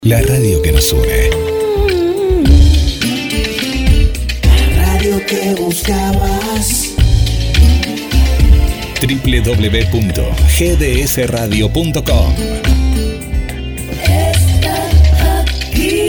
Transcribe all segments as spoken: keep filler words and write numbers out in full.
La radio que nos une. La radio que buscabas. doble u doble u doble u punto g d s radio punto com. Está aquí.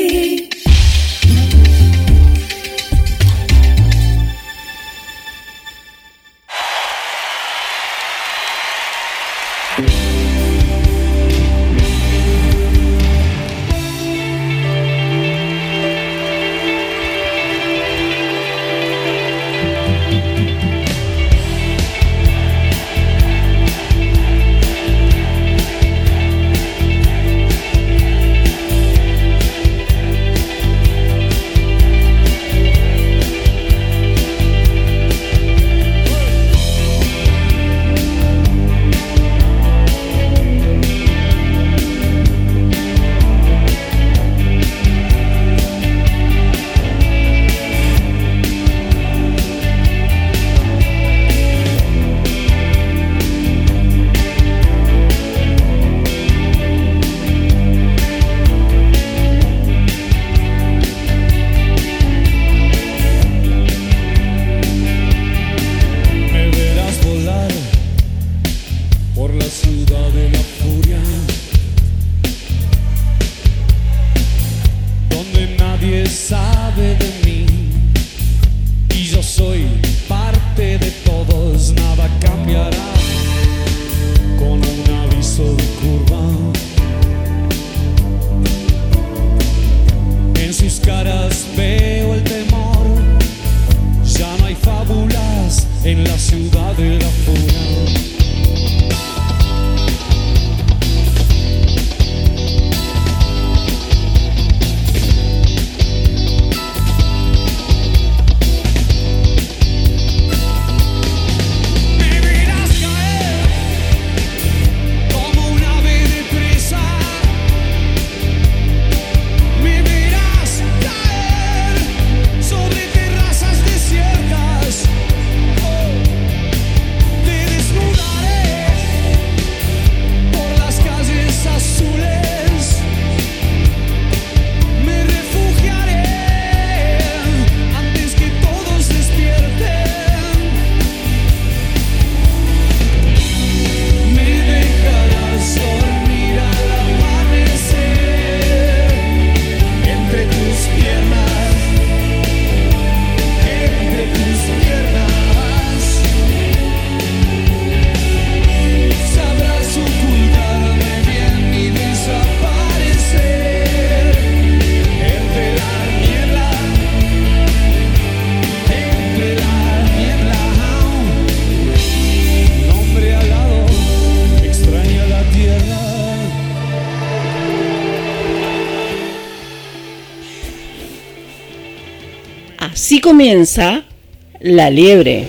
Así comienza La Liebre.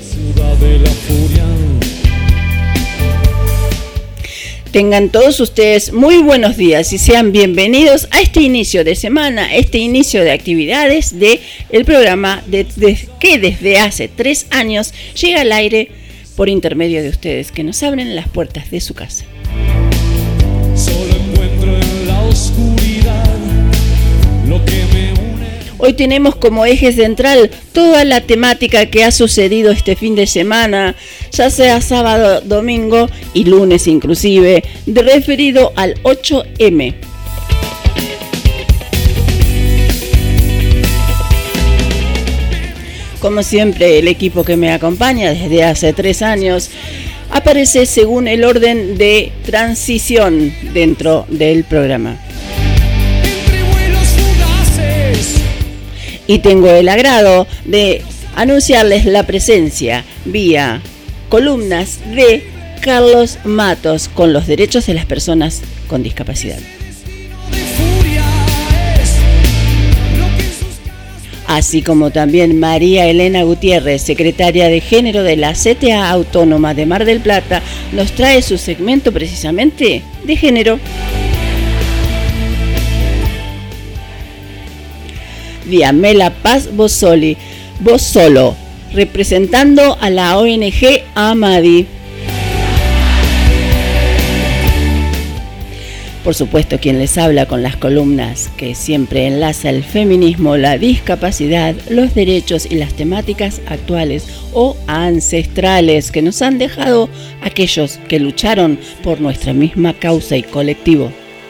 Tengan todos ustedes muy buenos días y sean bienvenidos a este inicio de semana, este inicio de actividades de el programa de, de, que desde hace tres años llega al aire por intermedio de ustedes que nos abren las puertas de su casa. Solo encuentro en la oscuridad lo que me une. Hoy tenemos como eje central toda la temática que ha sucedido este fin de semana, ya sea sábado, domingo y lunes inclusive, de referido al ocho eme. Como siempre, el equipo que me acompaña desde hace tres años aparece según el orden de transición dentro del programa. Y tengo el agrado de anunciarles la presencia vía columnas de Carlos Matos con los derechos de las personas con discapacidad. Así como también María Elena Gutiérrez, secretaria de Género de la C T A Autónoma de Mar del Plata, nos trae su segmento precisamente de género. Diamela Paz Bossoli, Bossolo, representando a la O N G Amadi. Por supuesto, quien les habla con las columnas que siempre enlaza el feminismo, la discapacidad, los derechos y las temáticas actuales o ancestrales que nos han dejado aquellos que lucharon por nuestra misma causa y colectivo.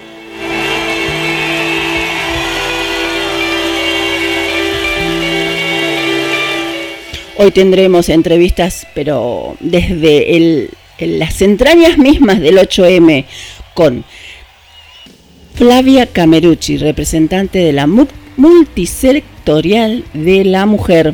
Hoy tendremos entrevistas, pero desde el, las entrañas mismas del ocho eme, con Flavia Camerucci, representante de la multisectorial de la mujer.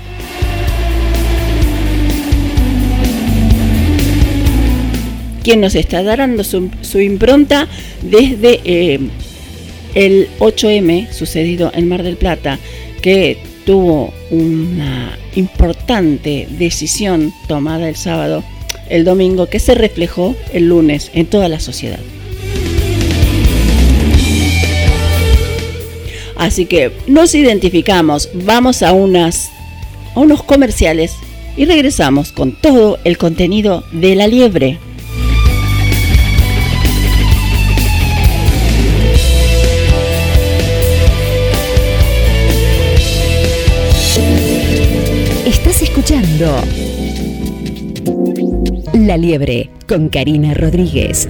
Quien nos está dando su, su impronta desde eh, el ocho eme sucedido en Mar del Plata, que tuvo una importante decisión tomada el sábado, el domingo, que se reflejó el lunes en toda la sociedad. Así que nos identificamos, vamos a, unas, a unos comerciales y regresamos con todo el contenido de La Liebre. Estás escuchando La Liebre con Karina Rodríguez.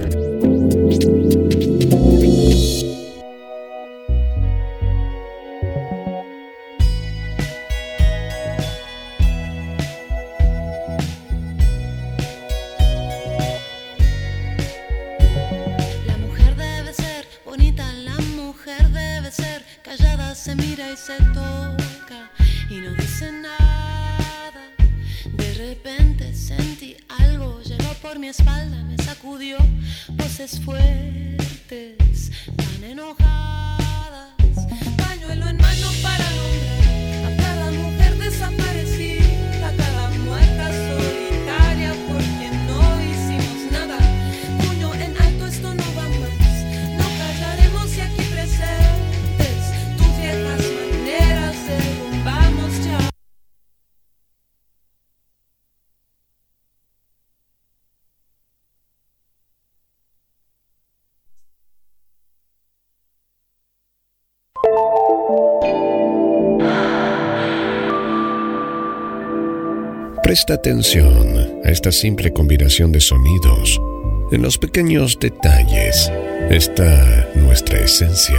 Se mira y se toca y no dice nada. De repente sentí algo, llegó por mi espalda, me sacudió. Voces fuertes, tan enojadas. Pañuelo en mano para nombrar a cada mujer desaparecida, a cada muerta solitaria por quien no hicimos nada. Puño en alto, esto no va más, no callaremos y aquí presentes. Las maneras derrumbamos ya. Presta atención a esta simple combinación de sonidos. En los pequeños detalles está nuestra esencia.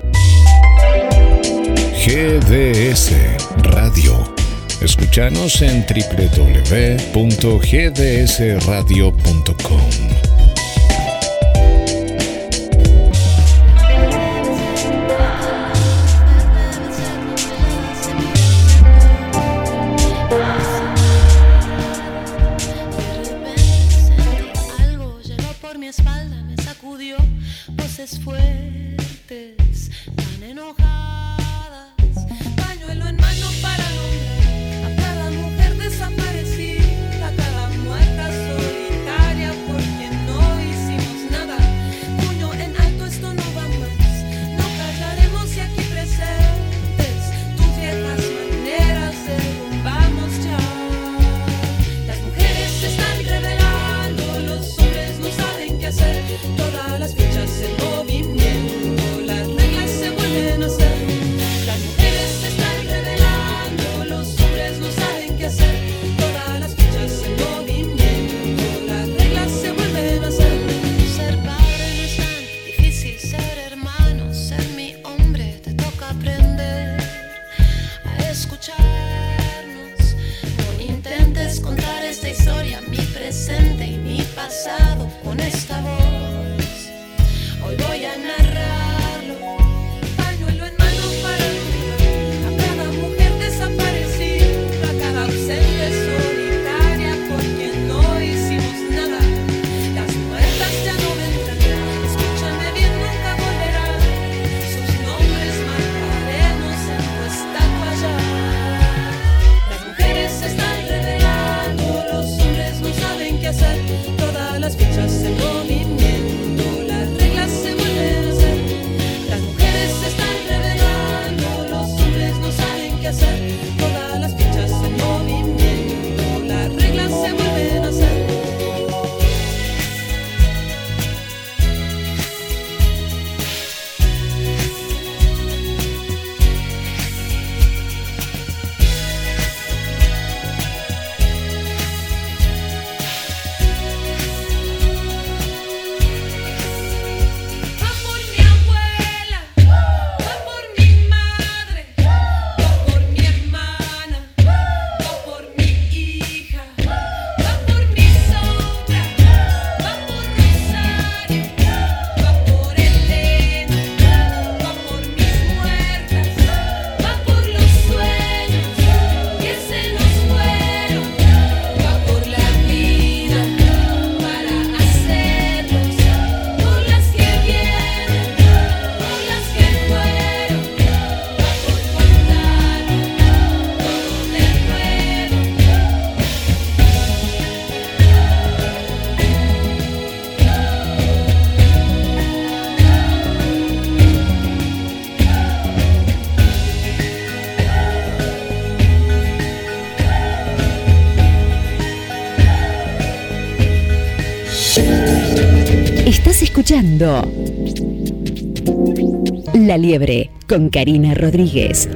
G D S Radio. Escúchanos en doble u doble u doble u punto g d s radio punto com. Espalda me sacudió, voces fuertes, tan enojadas. Pañuelo en mano para nombrar a cada mujer desaparecida, a cada muerta solitaria por quien no hicimos nada. Puño en alto, esto no va más, no callaremos y aquí presentes tus viejas maneras derrumbamos ya. Las mujeres se están revelando, los hombres no saben qué hacer. Todas las fichas en movimiento, las reglas se vuelven a hacer. escuchando La Liebre con Karina Rodríguez.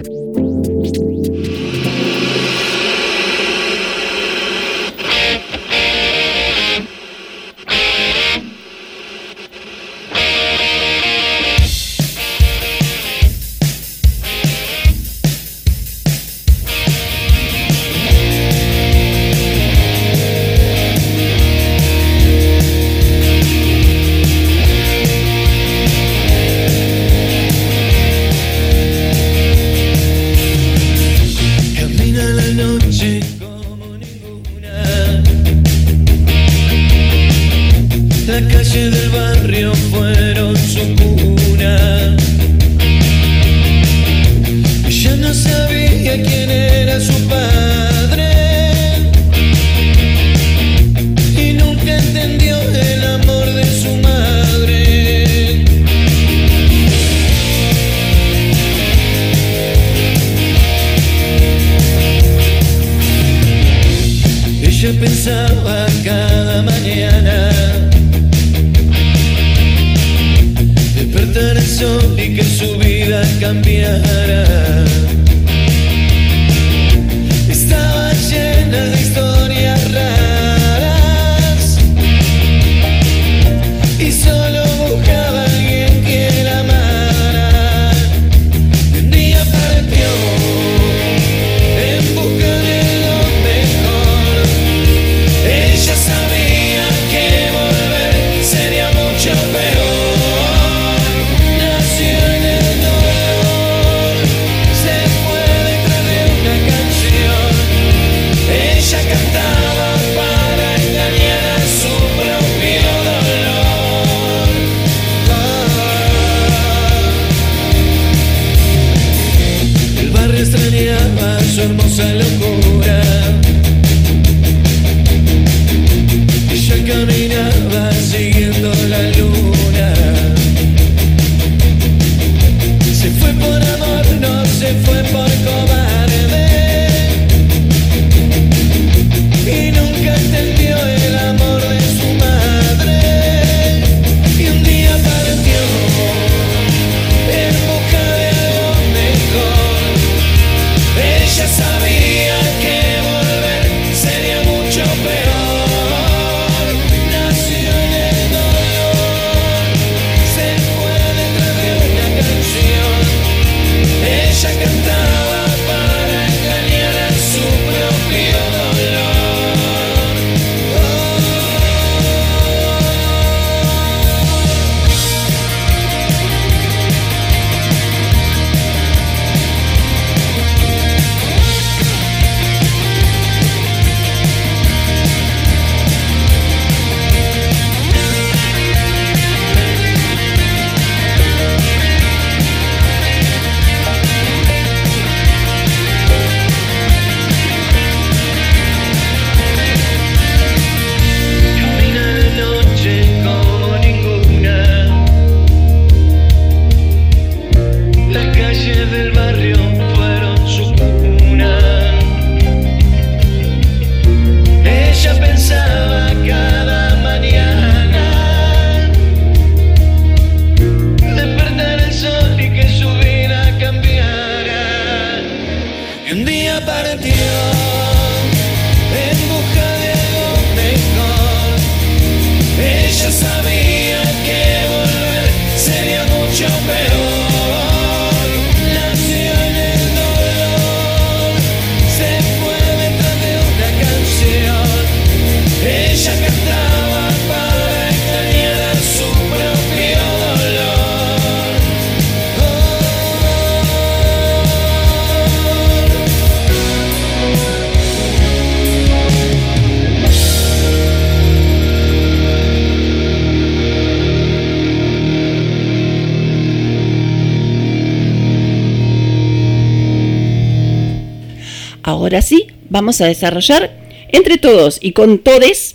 Ahora sí, vamos a desarrollar entre todos y con todes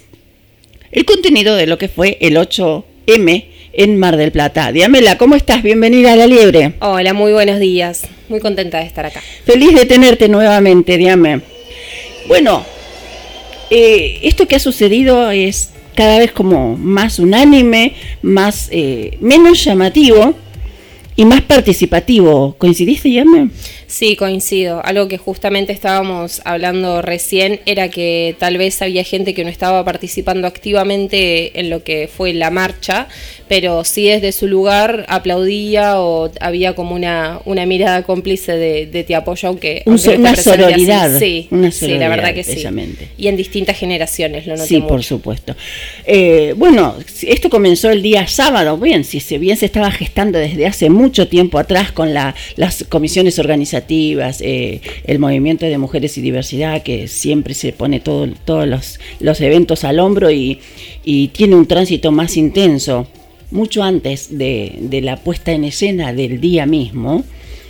el contenido de lo que fue el ocho eme en Mar del Plata. Diamela, ¿cómo estás? Bienvenida a La Liebre. Hola, muy buenos días. Muy contenta de estar acá. Feliz de tenerte nuevamente, Diame. Bueno, eh, esto que ha sucedido es cada vez como más unánime, más eh, menos llamativo y más participativo. ¿Coincidiste, Yame? Sí, coincido. Algo que justamente estábamos hablando recién era que tal vez había gente que no estaba participando activamente en lo que fue la marcha, pero sí desde su lugar aplaudía o había como una, una mirada cómplice de, de te apoyo, aunque, Un, aunque no una te presente sororidad. así. Sí, una sí, sororidad, la verdad que sí. bellamente. Y en distintas generaciones, lo noté Sí, mucho. por supuesto. Eh, bueno, esto comenzó el día sábado, bien, si se bien se estaba gestando desde hace mucho tiempo atrás con la, las comisiones organizativas, eh, el movimiento de mujeres y diversidad, que siempre se pone todo, todos los, los eventos al hombro y, y tiene un tránsito más intenso, mucho antes de, de la puesta en escena del día mismo.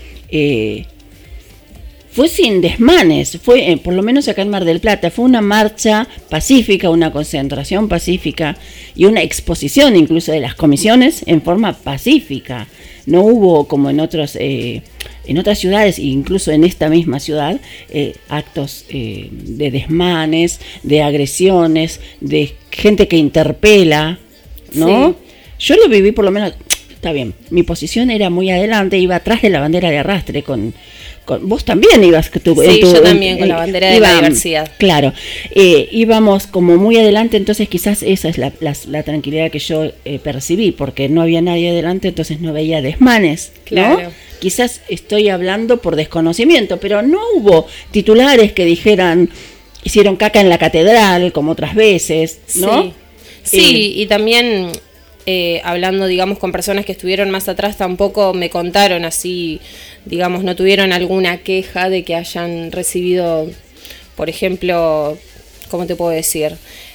Eh, Fue sin desmanes, fue, eh, por lo menos acá en Mar del Plata, fue una marcha pacífica, una concentración pacífica y una exposición incluso de las comisiones en forma pacífica. No hubo, como en otros, eh, en otras ciudades, incluso en esta misma ciudad, eh, actos eh, de desmanes, de agresiones, de gente que interpela, ¿no? Sí. Yo lo viví por lo menos, está bien, mi posición era muy adelante, iba atrás de la bandera de arrastre con... Con, vos también ibas que tu, sí, en tu, yo también en, con la bandera de iba, la diversidad. Claro, eh, íbamos como muy adelante, entonces quizás esa es la, la, la tranquilidad que yo eh, percibí, porque no había nadie adelante, entonces no veía desmanes, claro. ¿no? Quizás estoy hablando por desconocimiento, pero no hubo titulares que dijeran hicieron caca en la catedral como otras veces, ¿no? Sí, sí eh, y también eh, hablando, digamos, con personas que estuvieron más atrás, tampoco me contaron así, digamos, no tuvieron alguna queja de que hayan recibido, por ejemplo, ¿cómo te puedo decir?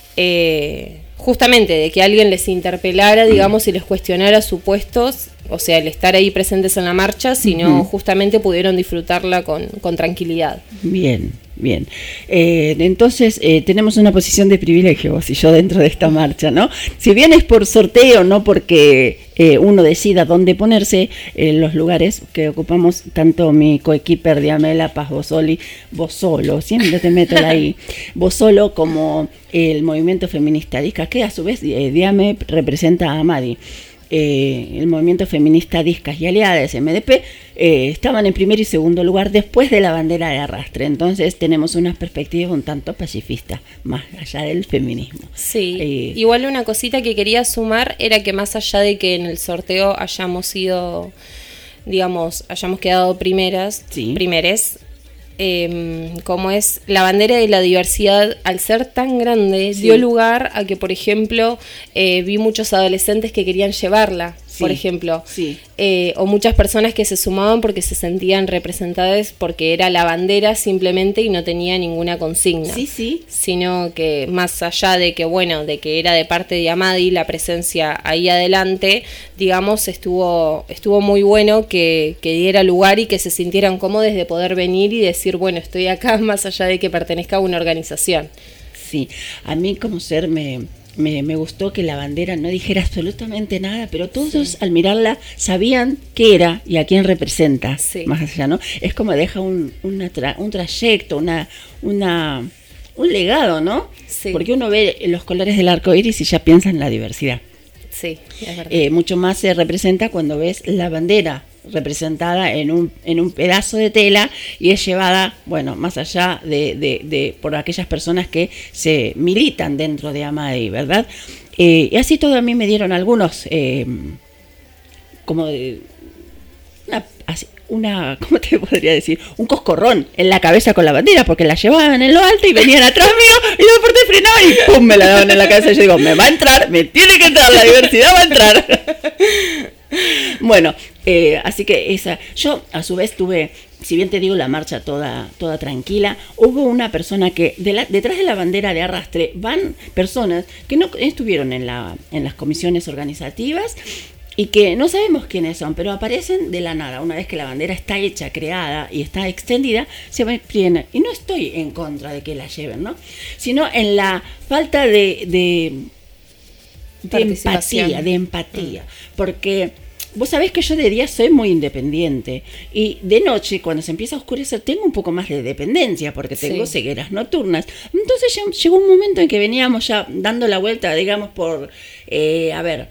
Eh, justamente de que alguien les interpelara, digamos, y les cuestionara supuestos, o sea, el estar ahí presentes en la marcha, sino uh-huh. justamente pudieron disfrutarla con, con tranquilidad. Bien, bien. Eh, entonces, eh, tenemos una posición de privilegio, vos y yo, dentro de esta marcha, ¿no? Si bien es por sorteo, no porque eh, uno decida dónde ponerse, en eh, los lugares que ocupamos, tanto mi coequiper Diamela Paz Bosoli, vos solo, siempre te meto ahí, vos solo, como el movimiento feminista Disca, que a su vez eh, Diame representa a Amadi. Eh, el movimiento feminista Discas y Aliadas, M D P, eh, estaban en primer y segundo lugar después de la bandera de arrastre. Entonces tenemos una perspectiva un tanto pacifista, más allá del feminismo. Sí, eh, igual una cosita que quería sumar era que más allá de que en el sorteo hayamos sido, digamos, hayamos quedado primeras, sí. primeres, Eh, como es la bandera de la diversidad, al ser tan grande, sí. dio lugar a que, por ejemplo, eh, vi muchos adolescentes que querían llevarla, sí. por ejemplo, sí. eh, o muchas personas que se sumaban porque se sentían representadas porque era la bandera simplemente y no tenía ninguna consigna, sí, sí. sino que más allá de que, bueno, de que era de parte de Amadi la presencia ahí adelante, digamos, estuvo estuvo muy bueno que, que diera lugar y que se sintieran cómodos de poder venir y decir, bueno, estoy acá más allá de que pertenezca a una organización. Sí, a mí como ser me, me, me gustó que la bandera no dijera absolutamente nada, pero todos sí. al mirarla sabían qué era y a quién representa, sí. más allá, ¿no? Es como deja un, una tra, un trayecto, una, una, un legado, ¿no? Sí. Porque uno ve los colores del arco iris y ya piensa en la diversidad. Sí, es verdad. Eh, mucho más se representa cuando ves la bandera representada en un en un pedazo de tela y es llevada, bueno, más allá de, de, de por aquellas personas que se militan dentro de Amadi, ¿verdad? Eh, y así todo a mí me dieron algunos, eh, como de una, una, ¿cómo te podría decir? Un coscorrón en la cabeza con la bandera, porque la llevaban en lo alto y venían atrás mío y yo por te frenaban y ¡pum! Me la daban en la cabeza y yo digo, me va a entrar, me tiene que entrar, la diversidad va a entrar. Bueno, eh, así que esa, yo a su vez tuve, si bien te digo la marcha toda, toda tranquila, hubo una persona que de la, detrás de la bandera de arrastre van personas que no estuvieron en la, en las comisiones organizativas y que no sabemos quiénes son, pero aparecen de la nada. Una vez que la bandera está hecha, creada y está extendida, se vienen. Y no estoy en contra de que la lleven, ¿no? Sino en la falta de, de, de empatía, de empatía, porque vos sabés que yo de día soy muy independiente y de noche, cuando se empieza a oscurecer, tengo un poco más de dependencia porque tengo sí. cegueras nocturnas. Entonces ya llegó un momento en que veníamos ya dando la vuelta, digamos, por, eh, a ver,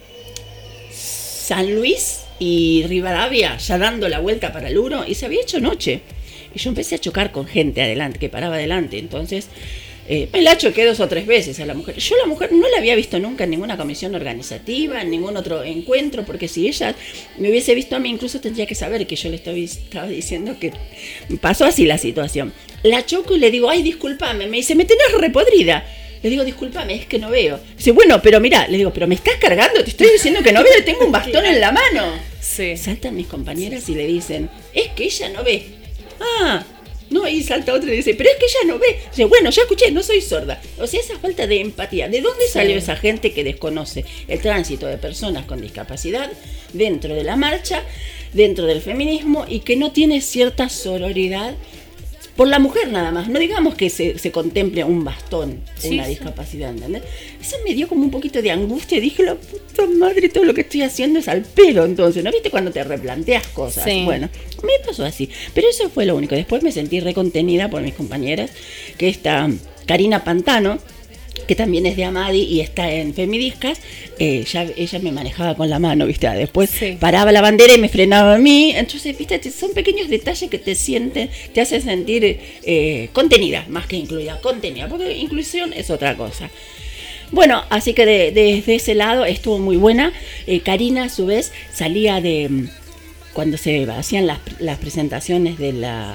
San Luis y Rivadavia, ya dando la vuelta para el Uro, y se había hecho noche. Y yo empecé a chocar con gente adelante, que paraba adelante. Entonces, eh, me la choqué dos o tres veces a la mujer. Yo a la mujer no la había visto nunca en ninguna comisión organizativa, en ningún otro encuentro, porque si ella me hubiese visto a mí, incluso tendría que saber que yo le estaba, estaba diciendo que pasó así la situación. La choco y le digo, ay, discúlpame. Me dice, me tenés repodrida. Le digo, discúlpame, es que no veo. Dice, bueno, pero mirá, le digo, pero me estás cargando, te estoy diciendo que no veo, tengo un bastón en la mano. Sí. Saltan mis compañeras y le dicen, es que ella no ve. Ah, no, y salta otra y dice, pero es que ella no ve. Dice, bueno, ya escuché, no soy sorda. O sea, esa falta de empatía. ¿De dónde salió sí. esa gente que desconoce el tránsito de personas con discapacidad dentro de la marcha, dentro del feminismo, y que no tiene cierta sororidad por la mujer nada más? No digamos que se, se contemple un bastón, sí, una discapacidad, ¿entendés? Eso me dio como un poquito de angustia y dije, la puta madre, todo lo que estoy haciendo es al pelo. Entonces, ¿no viste cuando te replanteas cosas? Sí. Bueno, me pasó así, pero eso fue lo único. Después me sentí recontenida por mis compañeras, que está Karina Pantano, que también es de Amadi y está en Femidiscas. eh, ya ella me manejaba con la mano, ¿viste? Después sí. paraba la bandera y me frenaba a mí. Entonces, ¿viste? Son pequeños detalles que te sienten, te hacen sentir eh, contenida, más que incluida, contenida, porque inclusión es otra cosa. Bueno, así que de, de, desde ese lado estuvo muy buena. eh, Karina, a su vez, salía de cuando se hacían las, las presentaciones de la,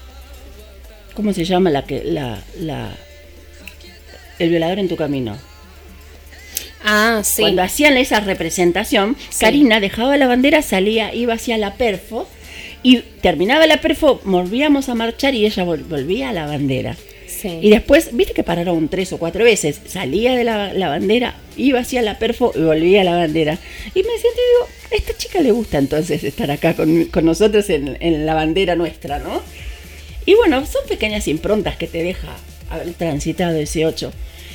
¿cómo se llama? La que la, la El violador en tu camino. Ah, sí. Cuando hacían esa representación, sí. Karina dejaba la bandera, salía, iba hacia la perfo, y terminaba la perfo, volvíamos a marchar y ella vol- volvía a la bandera. Sí. Y después, viste que pararon tres o cuatro veces, salía de la, la bandera, iba hacia la perfo y volvía a la bandera. Y me decía, digo, a esta chica le gusta entonces estar acá con, con nosotros en, en la bandera nuestra, ¿no? Y bueno, son pequeñas improntas que te deja haber transitado ese ocho.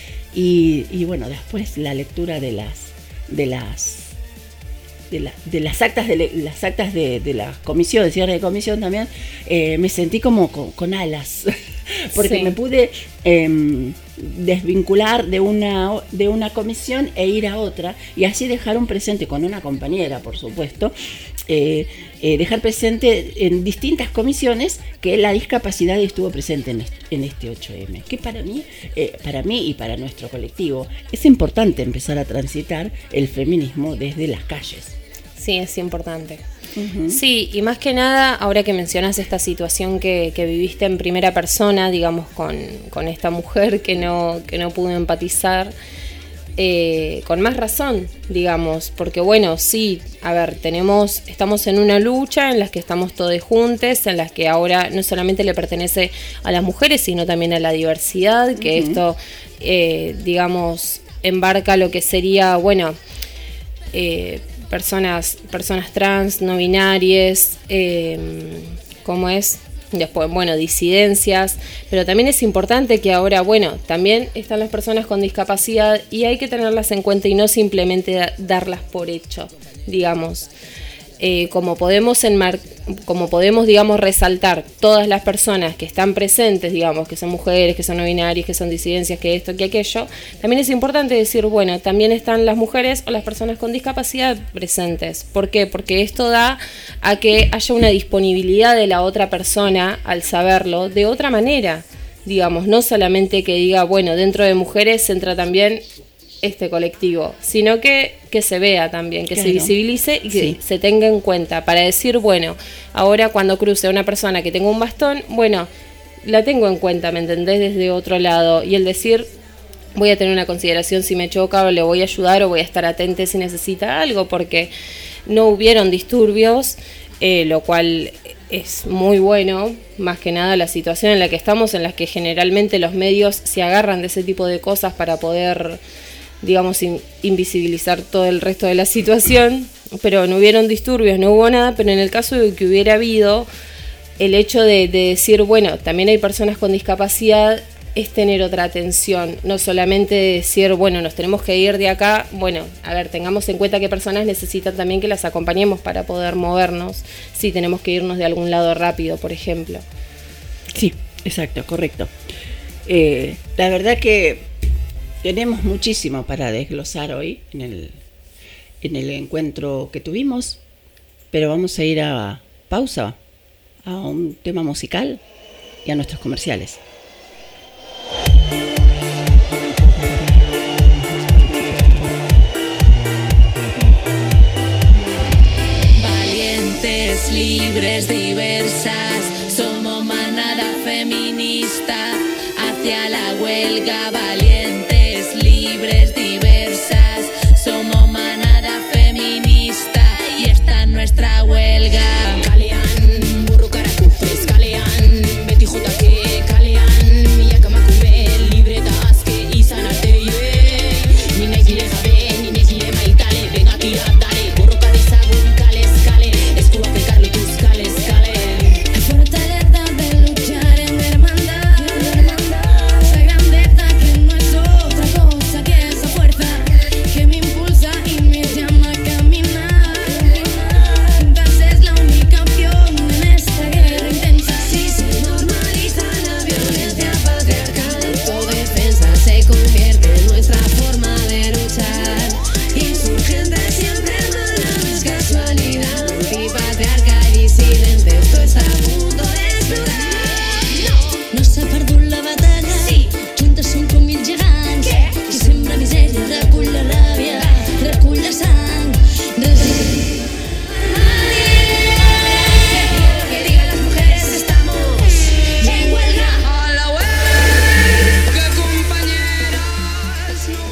Y, y bueno, después la lectura de las de las de, la, de las actas de le, las actas de, de la comisión, de cierre de comisión también, eh, me sentí como con, con alas, porque sí. me pude eh, desvincular de una de una comisión e ir a otra, y así dejar un presente con una compañera, por supuesto, eh, eh, dejar presente en distintas comisiones que la discapacidad estuvo presente en este, en este ocho eme, que para mí, eh, para mí y para nuestro colectivo es importante empezar a transitar el feminismo desde las calles. Sí, es importante. Uh-huh. Sí, y más que nada, ahora que mencionas esta situación que, que viviste en primera persona, digamos, con, con esta mujer que no, que no pudo empatizar, eh, con más razón, digamos, porque bueno, sí, a ver, tenemos, estamos en una lucha en la que estamos todos juntos, en las que ahora no solamente le pertenece a las mujeres, sino también a la diversidad, que uh-huh. esto, eh, digamos, embarca lo que sería, bueno, eh, personas personas trans, no binarias, eh, ¿cómo es? Después, bueno, disidencias, pero también es importante que ahora, bueno, también están las personas con discapacidad y hay que tenerlas en cuenta y no simplemente darlas por hecho, digamos. Eh, como podemos enmar- como podemos, digamos, resaltar todas las personas que están presentes, digamos, que son mujeres, que son no binarias, que son disidencias, que esto, que aquello, también es importante decir, bueno, también están las mujeres o las personas con discapacidad presentes. ¿Por qué? Porque esto da a que haya una disponibilidad de la otra persona al saberlo de otra manera, digamos, no solamente que diga, bueno, dentro de mujeres entra también este colectivo, sino que, que se vea también, que claro. se visibilice y que sí. se tenga en cuenta para decir, bueno, ahora cuando cruce una persona que tenga un bastón, bueno, la tengo en cuenta, ¿me entendés? Desde otro lado, y el decir, voy a tener una consideración si me choca, o le voy a ayudar, o voy a estar atenta si necesita algo, porque no hubieron disturbios, eh, lo cual es muy bueno, más que nada la situación en la que estamos, en la que generalmente los medios se agarran de ese tipo de cosas para poder, digamos, in, invisibilizar todo el resto de la situación, pero no hubieron disturbios, no hubo nada, pero en el caso de que hubiera habido, el hecho de, de decir, bueno, también hay personas con discapacidad, es tener otra atención, no solamente decir, bueno, nos tenemos que ir de acá, bueno, a ver, tengamos en cuenta que personas necesitan también que las acompañemos para poder movernos, si tenemos que irnos de algún lado rápido, por ejemplo. Sí, exacto, correcto. Eh, la verdad que tenemos muchísimo para desglosar hoy en el, en el encuentro que tuvimos, pero vamos a ir a pausa, a un tema musical y a nuestros comerciales. Valientes, libres, diversas, somos manada feminista, hacia la huelga. Valientes, libres, diversas, somos manada feminista y esta es nuestra huelga. Kalean, burro karakufes, kalean, beti jotake, kalean, yakamakume, libretas que izan arte, ni negile jabe, ni negile maitale, venga tira, dale, borroka dezagun kale, eskale, eskuak ekarri tus kale, eskale. Fortaleza de luchar en hermandad, esa grandeza que no es otra cosa que esa fuerza que me impulsa y me llama a caminar. Juntas es la única opción en esta guerra intensa. Si se normaliza la violencia patriarcal, autodefensa se convierte en nuestra forma de luchar. Insurgente siempre no es casualidad, antipatriarca y disidente, esto está a punto de explotar. No s'ha perdut la batalla, sí. Juntes som com mil gegants, qui sembra misèria, recull la ràbia, recull la sang. Que digan las mujeres, estamos en huelga. A la huelga, compañeras, no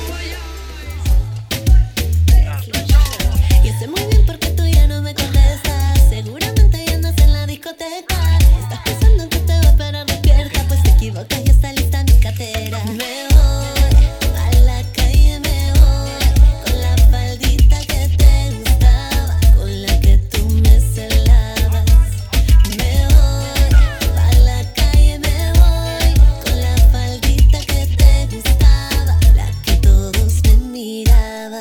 fallamos. Y sé muy bien por qué tú ya no me contestas. Seguramente ya andas en la discoteca. Estás pensando en que te voy a esperar despierta. Pues te equivocas, ya está lista mi cartera. Me voy a la calle, me voy con la faldita que te gustaba, con la que tú me celabas. Me voy a la calle, me voy con la faldita que te gustaba, la que todos me miraban.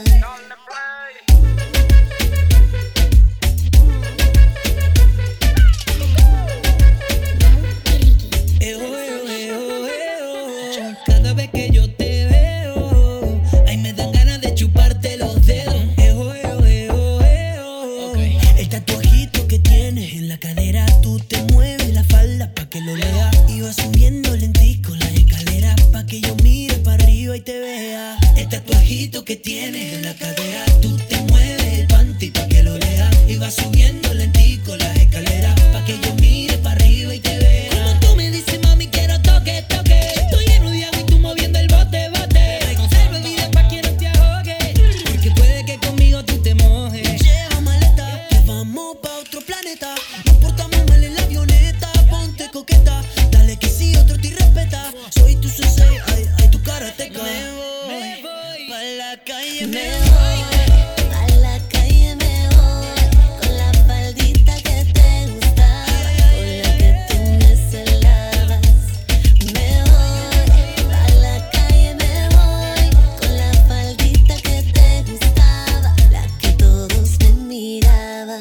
Eo, eo, eo, eo. Cada vez que yo te veo, ay, me dan ganas de chuparte los dedos. Eo, eo, eo, eo. El tatuajito que tienes en la cadera, tú te mueves la falda pa' que lo lea. Y vas subiendo lentico la escalera pa' que yo mire para arriba y te vea. El tatuajito que tienes en la cadera, tú te mueves el panty pa' que lo lea. Y vas subiendo lentico la escalera pa' que yo mire para arriba y te vea. Como tú me dices, mami, quiero toque, toque. Estoy lleno de agua y tú moviendo el bote, bote. Traigo bebida pa' que no te ahogue, porque puede que conmigo tú te mojes. Lleva maleta, que vamos pa' otro planeta. Nos portamos mal en la avioneta, ponte coqueta. Dale que sí, otro te respeta. Soy tu sensei, ay, ay, tu karateca. Me voy, me voy pa' la calle, me voy. A la calle me voy con la faldita que te gustaba, con la que tú me celabas. Me voy a la calle, me voy con la faldita que te gustaba, la que todos me miraban.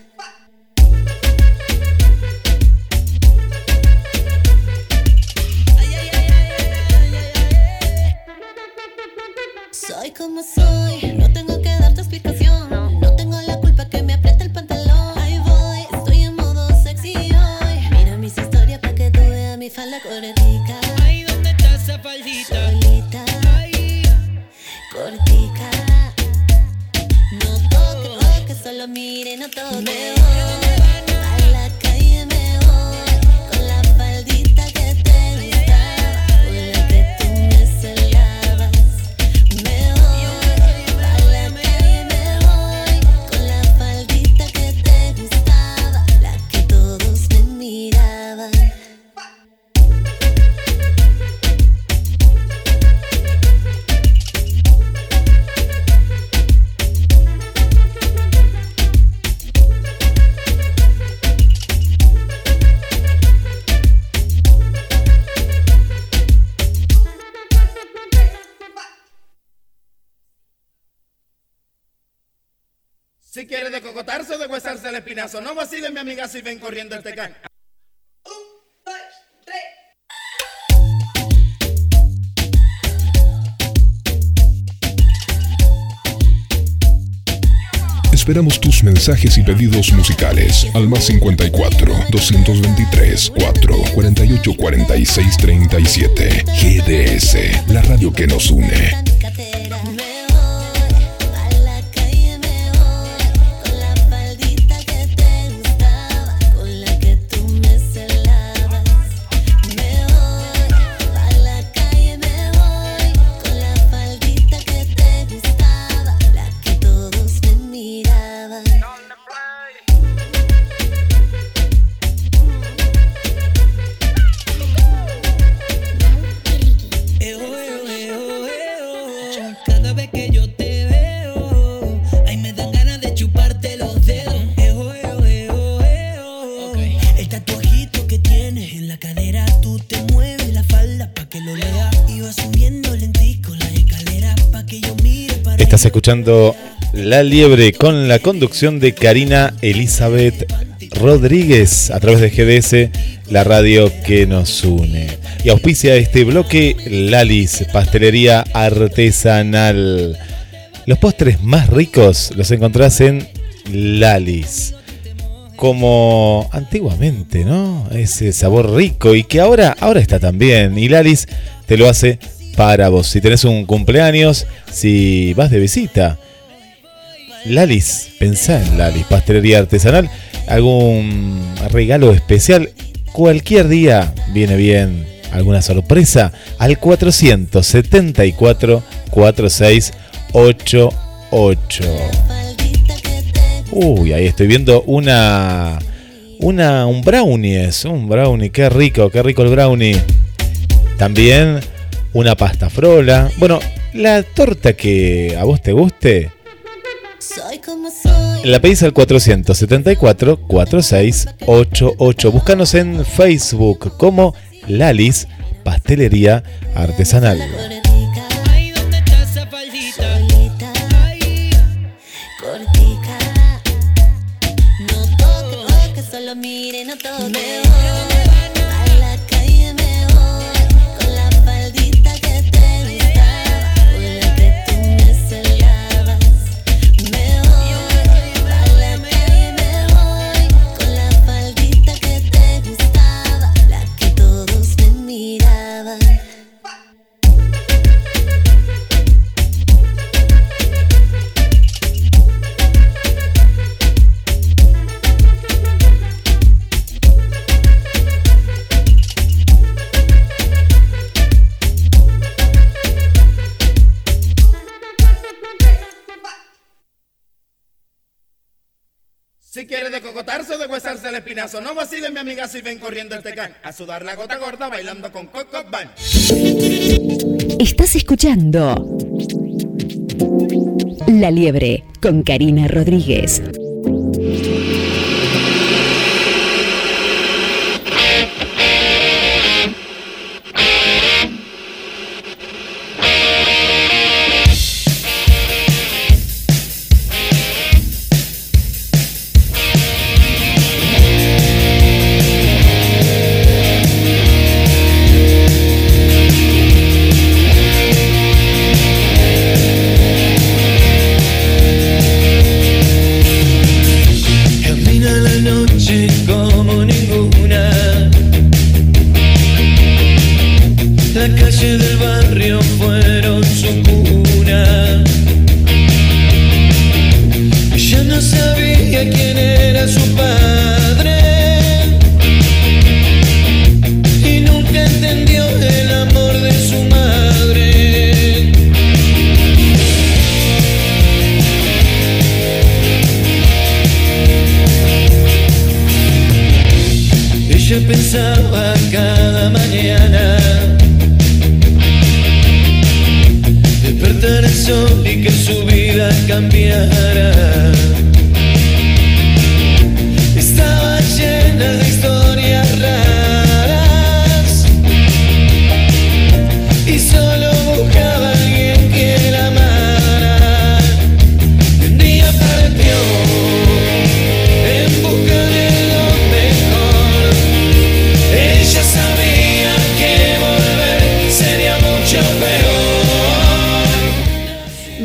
Soy como soy, no tengo que darte explicación. No tengo la culpa que me aprieta el pantalón. Ahí voy, estoy en modo sexy hoy. Mira mis historias pa' que tú veas mi falda cortica. Ay, ¿dónde está esa faldita? Solita, Ay, cortica. No toque, toque, solo mire, no toque. Me voy a la calle, me voy con la faldita que te gustaba, con la que tú me celabas. Me voy a la calle, me voy con la faldita que te gustaba, la que todos me miraban. quiere de cocotarse o de huesarse el espinazo, no vacilen mi amiga si ven corriendo el tecán. Esperamos tus mensajes y pedidos musicales al más cincuenta y cuatro, doscientos veintitrés, cuatro, cuarenta y ocho, cuarenta y seis, treinta y siete. G D S, la radio que nos une. Estás escuchando La Liebre con la conducción de Karina Elizabeth Rodríguez a través de G D S, la radio que nos une. Y auspicia este bloque Lalis, pastelería artesanal. Los postres más ricos los encontrás en Lalis. Como antiguamente, ¿no? Ese sabor rico y que ahora, ahora está también. Y Lalis te lo hace para vos. Si tenés un cumpleaños, si vas de visita. Lalis, pensá en Lalis, pastelería artesanal. Algún regalo especial. Cualquier día viene bien. Alguna sorpresa. Al cuatrocientos setenta y cuatro, cuarenta y seis ochenta y ocho. Uy, ahí estoy viendo una, una, un brownie, es un brownie, qué rico, qué rico el brownie. También una pasta frola. Bueno, la torta que a vos te guste, la pedís al cuatrocientos setenta y cuatro, cuarenta y seis ochenta y ocho. Búscanos en Facebook como Lalis, pastelería artesanal. Mire, no todo me voy, a la calle me voy, con la faldita que te gustaba, con la que tú me celabas. Me voy, a la calle me voy, con la faldita que te gustaba, la que todos me miraban. Si quiere de cocotarse o de huesarse el espinazo, no vacilen mi amiga si ven corriendo el tecán. A sudar la gota gorda bailando con Coco Band. Estás escuchando La Liebre con Karina Rodríguez. Pensaba cada mañana despertar el sol y que su vida cambiara. Estaba llena de historias raras y solo buscaba a alguien que la amara. Un día partió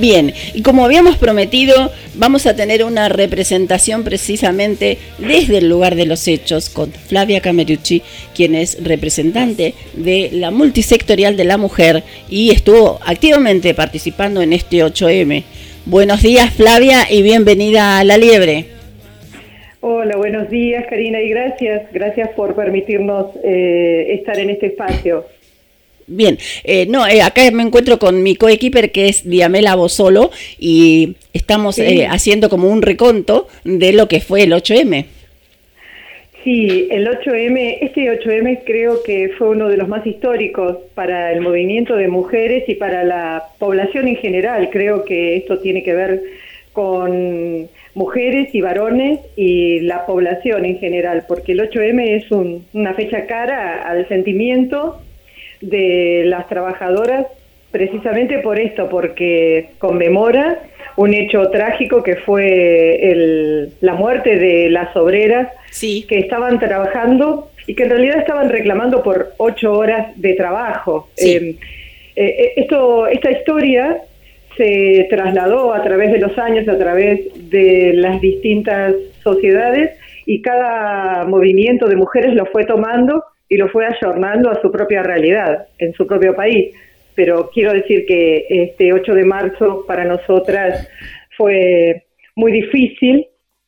Bien, y como habíamos prometido, vamos a tener una representación precisamente desde el lugar de los hechos con Flavia Camerucci, quien es representante de la Multisectorial de la Mujer y estuvo activamente participando en este ocho eme. Buenos días, Flavia, y bienvenida a La Liebre. Hola, buenos días, Karina, y gracias, gracias por permitirnos eh, estar en este espacio. Bien, eh, no, eh, acá me encuentro con mi coequiper que es Diamela Bosolo y estamos sí. eh, haciendo como un reconto de lo que fue el ocho eme. Sí, el ocho eme, este ocho eme creo que fue uno de los más históricos para el movimiento de mujeres y para la población en general. Creo que esto tiene que ver con mujeres y varones y la población en general, porque el ocho eme es un, una fecha cara al sentimiento de las trabajadoras, precisamente por esto, porque conmemora un hecho trágico que fue el, la muerte de las obreras sí. que estaban trabajando y que en realidad estaban reclamando por ocho horas de trabajo. Sí. Eh, eh, esto, esta historia se trasladó a través de los años, a través de las distintas sociedades, y cada movimiento de mujeres lo fue tomando y lo fue ayornando a su propia realidad, en su propio país. Pero quiero decir que este ocho de marzo para nosotras fue muy difícil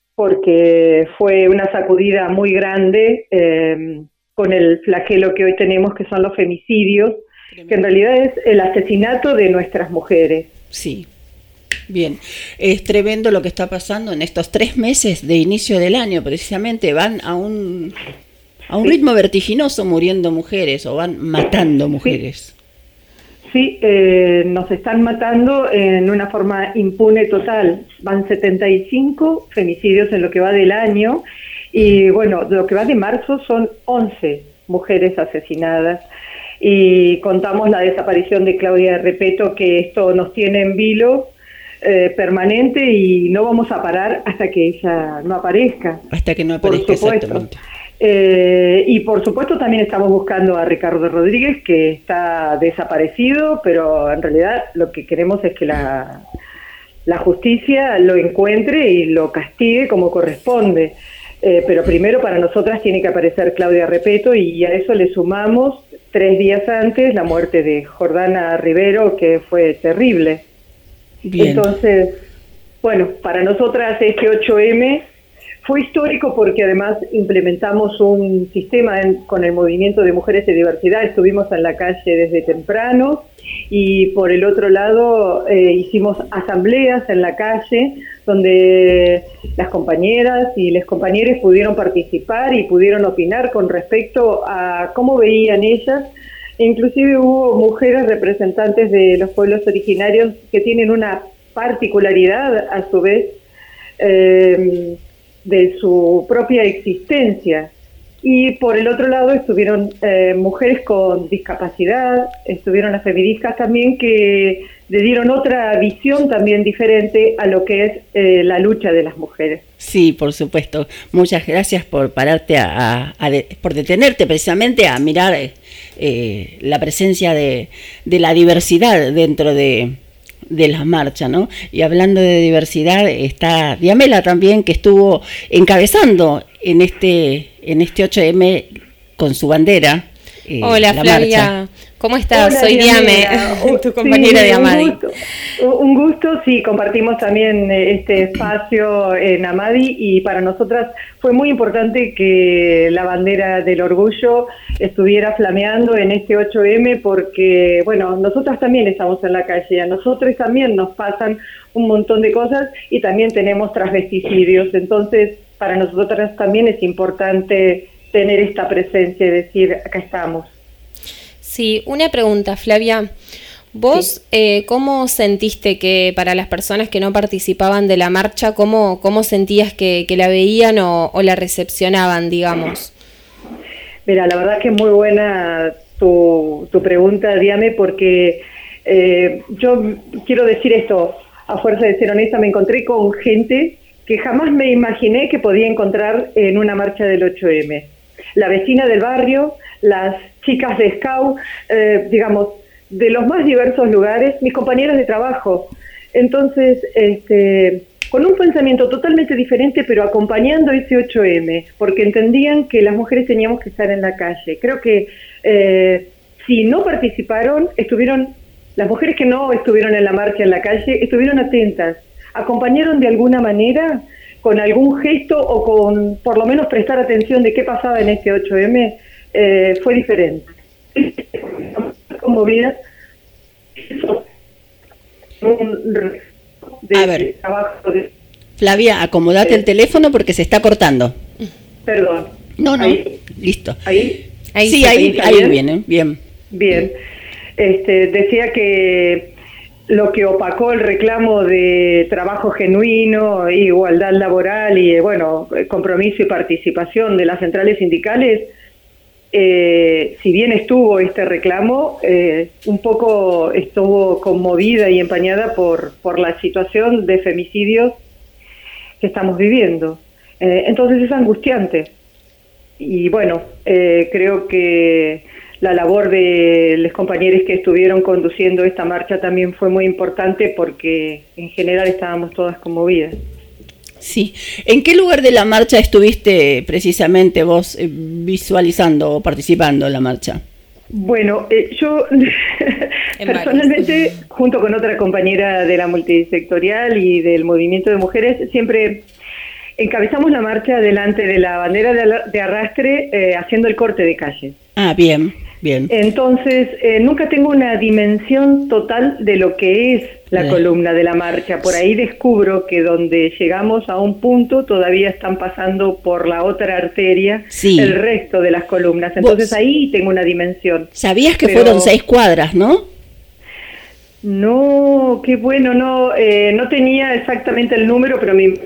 porque fue una sacudida muy grande eh, con el flagelo que hoy tenemos, que son los femicidios, que en realidad es el asesinato de nuestras mujeres. Sí. Bien, es tremendo lo que está pasando en estos tres meses de inicio del año, precisamente van a un... a un ritmo vertiginoso muriendo mujeres o van matando mujeres. Sí, eh, nos están matando en una forma impune total. Van setenta y cinco femicidios en lo que va del año y bueno, lo que va de marzo son once mujeres asesinadas y contamos la desaparición de Claudia Repeto, que esto nos tiene en vilo eh, permanente y no vamos a parar hasta que ella no aparezca. Hasta que no aparezca, exactamente. Eh, y por supuesto también estamos buscando a Ricardo Rodríguez, que está desaparecido, pero en realidad lo que queremos es que la, la justicia lo encuentre y lo castigue como corresponde. Eh, pero primero para nosotras tiene que aparecer Claudia Repeto y a eso le sumamos tres días antes la muerte de Jordana Rivero, que fue terrible. Bien. Entonces, bueno, para nosotras este ocho eme fue histórico porque además implementamos un sistema en, con el movimiento de mujeres de diversidad, estuvimos en la calle desde temprano y por el otro lado eh, hicimos asambleas en la calle donde las compañeras y los compañeros pudieron participar y pudieron opinar con respecto a cómo veían ellas. E inclusive hubo mujeres representantes de los pueblos originarios que tienen una particularidad a su vez eh, de su propia existencia. Y por el otro lado estuvieron eh, mujeres con discapacidad, estuvieron las feministas también que le dieron otra visión también diferente a lo que es eh, la lucha de las mujeres. Sí, por supuesto. Muchas gracias por pararte, a, a, a de, por detenerte precisamente a mirar eh, la presencia de, de la diversidad dentro de... de la marcha, ¿no? Y hablando de diversidad, está Diamela también, que estuvo encabezando en este en este ocho eme con su bandera. Eh, Hola, la Flavia. Marcha. ¿Cómo estás? Hola, Soy Diamela. Diame, tu compañera sí, de Amadi. Un gusto, un gusto, sí, compartimos también este espacio en Amadi y para nosotras fue muy importante que la bandera del orgullo estuviera flameando en este ocho eme porque, bueno, nosotras también estamos en la calle, a nosotros también nos pasan un montón de cosas y también tenemos transvesticidios, entonces para nosotras también es importante tener esta presencia y decir, acá estamos. Sí, una pregunta, Flavia. ¿Vos sí. eh, cómo sentiste que para las personas que no participaban de la marcha, cómo, cómo sentías que, que la veían o, o la recepcionaban, digamos? Mira, la verdad que es muy buena tu, tu pregunta, Diame, porque eh, yo quiero decir esto, a fuerza de ser honesta, me encontré con gente que jamás me imaginé que podía encontrar en una marcha del ocho eme. La vecina del barrio, las chicas de Scout, eh, digamos, de los más diversos lugares, mis compañeros de trabajo, Entonces, este, con un pensamiento totalmente diferente, pero acompañando ese ocho eme, porque entendían que las mujeres teníamos que estar en la calle. Creo que eh, si no participaron, estuvieron, las mujeres que no estuvieron en la marcha en la calle, estuvieron atentas, acompañaron de alguna manera, con algún gesto o con por lo menos prestar atención de qué pasaba en este ocho eme, eh, fue diferente. Conmovidas. De A ver, de... Flavia, acomodate eh, el teléfono porque se está cortando. Perdón. No, no, ahí. Listo. Ahí. ahí sí, ahí, ahí bien? viene, bien. Bien. Este, decía que lo que opacó el reclamo de trabajo genuino, igualdad laboral y, bueno, compromiso y participación de las centrales sindicales, eh, si bien estuvo este reclamo, eh, un poco estuvo conmovida y empañada por, por la situación de femicidios que estamos viviendo. Eh, entonces es angustiante. Y bueno, eh, creo que la labor de los compañeros que estuvieron conduciendo esta marcha también fue muy importante porque en general estábamos todas conmovidas. Sí. ¿En qué lugar de la marcha estuviste precisamente vos eh, visualizando o participando en la marcha? Bueno, eh, yo personalmente, junto con otra compañera de la multisectorial y del movimiento de mujeres, siempre encabezamos la marcha delante de la bandera de, de arrastre eh, haciendo el corte de calle. Ah, bien, bien. Entonces, eh, nunca tengo una dimensión total de lo que es la bien. columna de la marcha. Por ahí descubro que donde llegamos a un punto todavía están pasando por la otra arteria sí. el resto de las columnas. Entonces ¿Vos? ahí tengo una dimensión. Sabías que Pero... fueron seis cuadras, ¿no? No, qué bueno, no, eh, no tenía exactamente el número, pero me...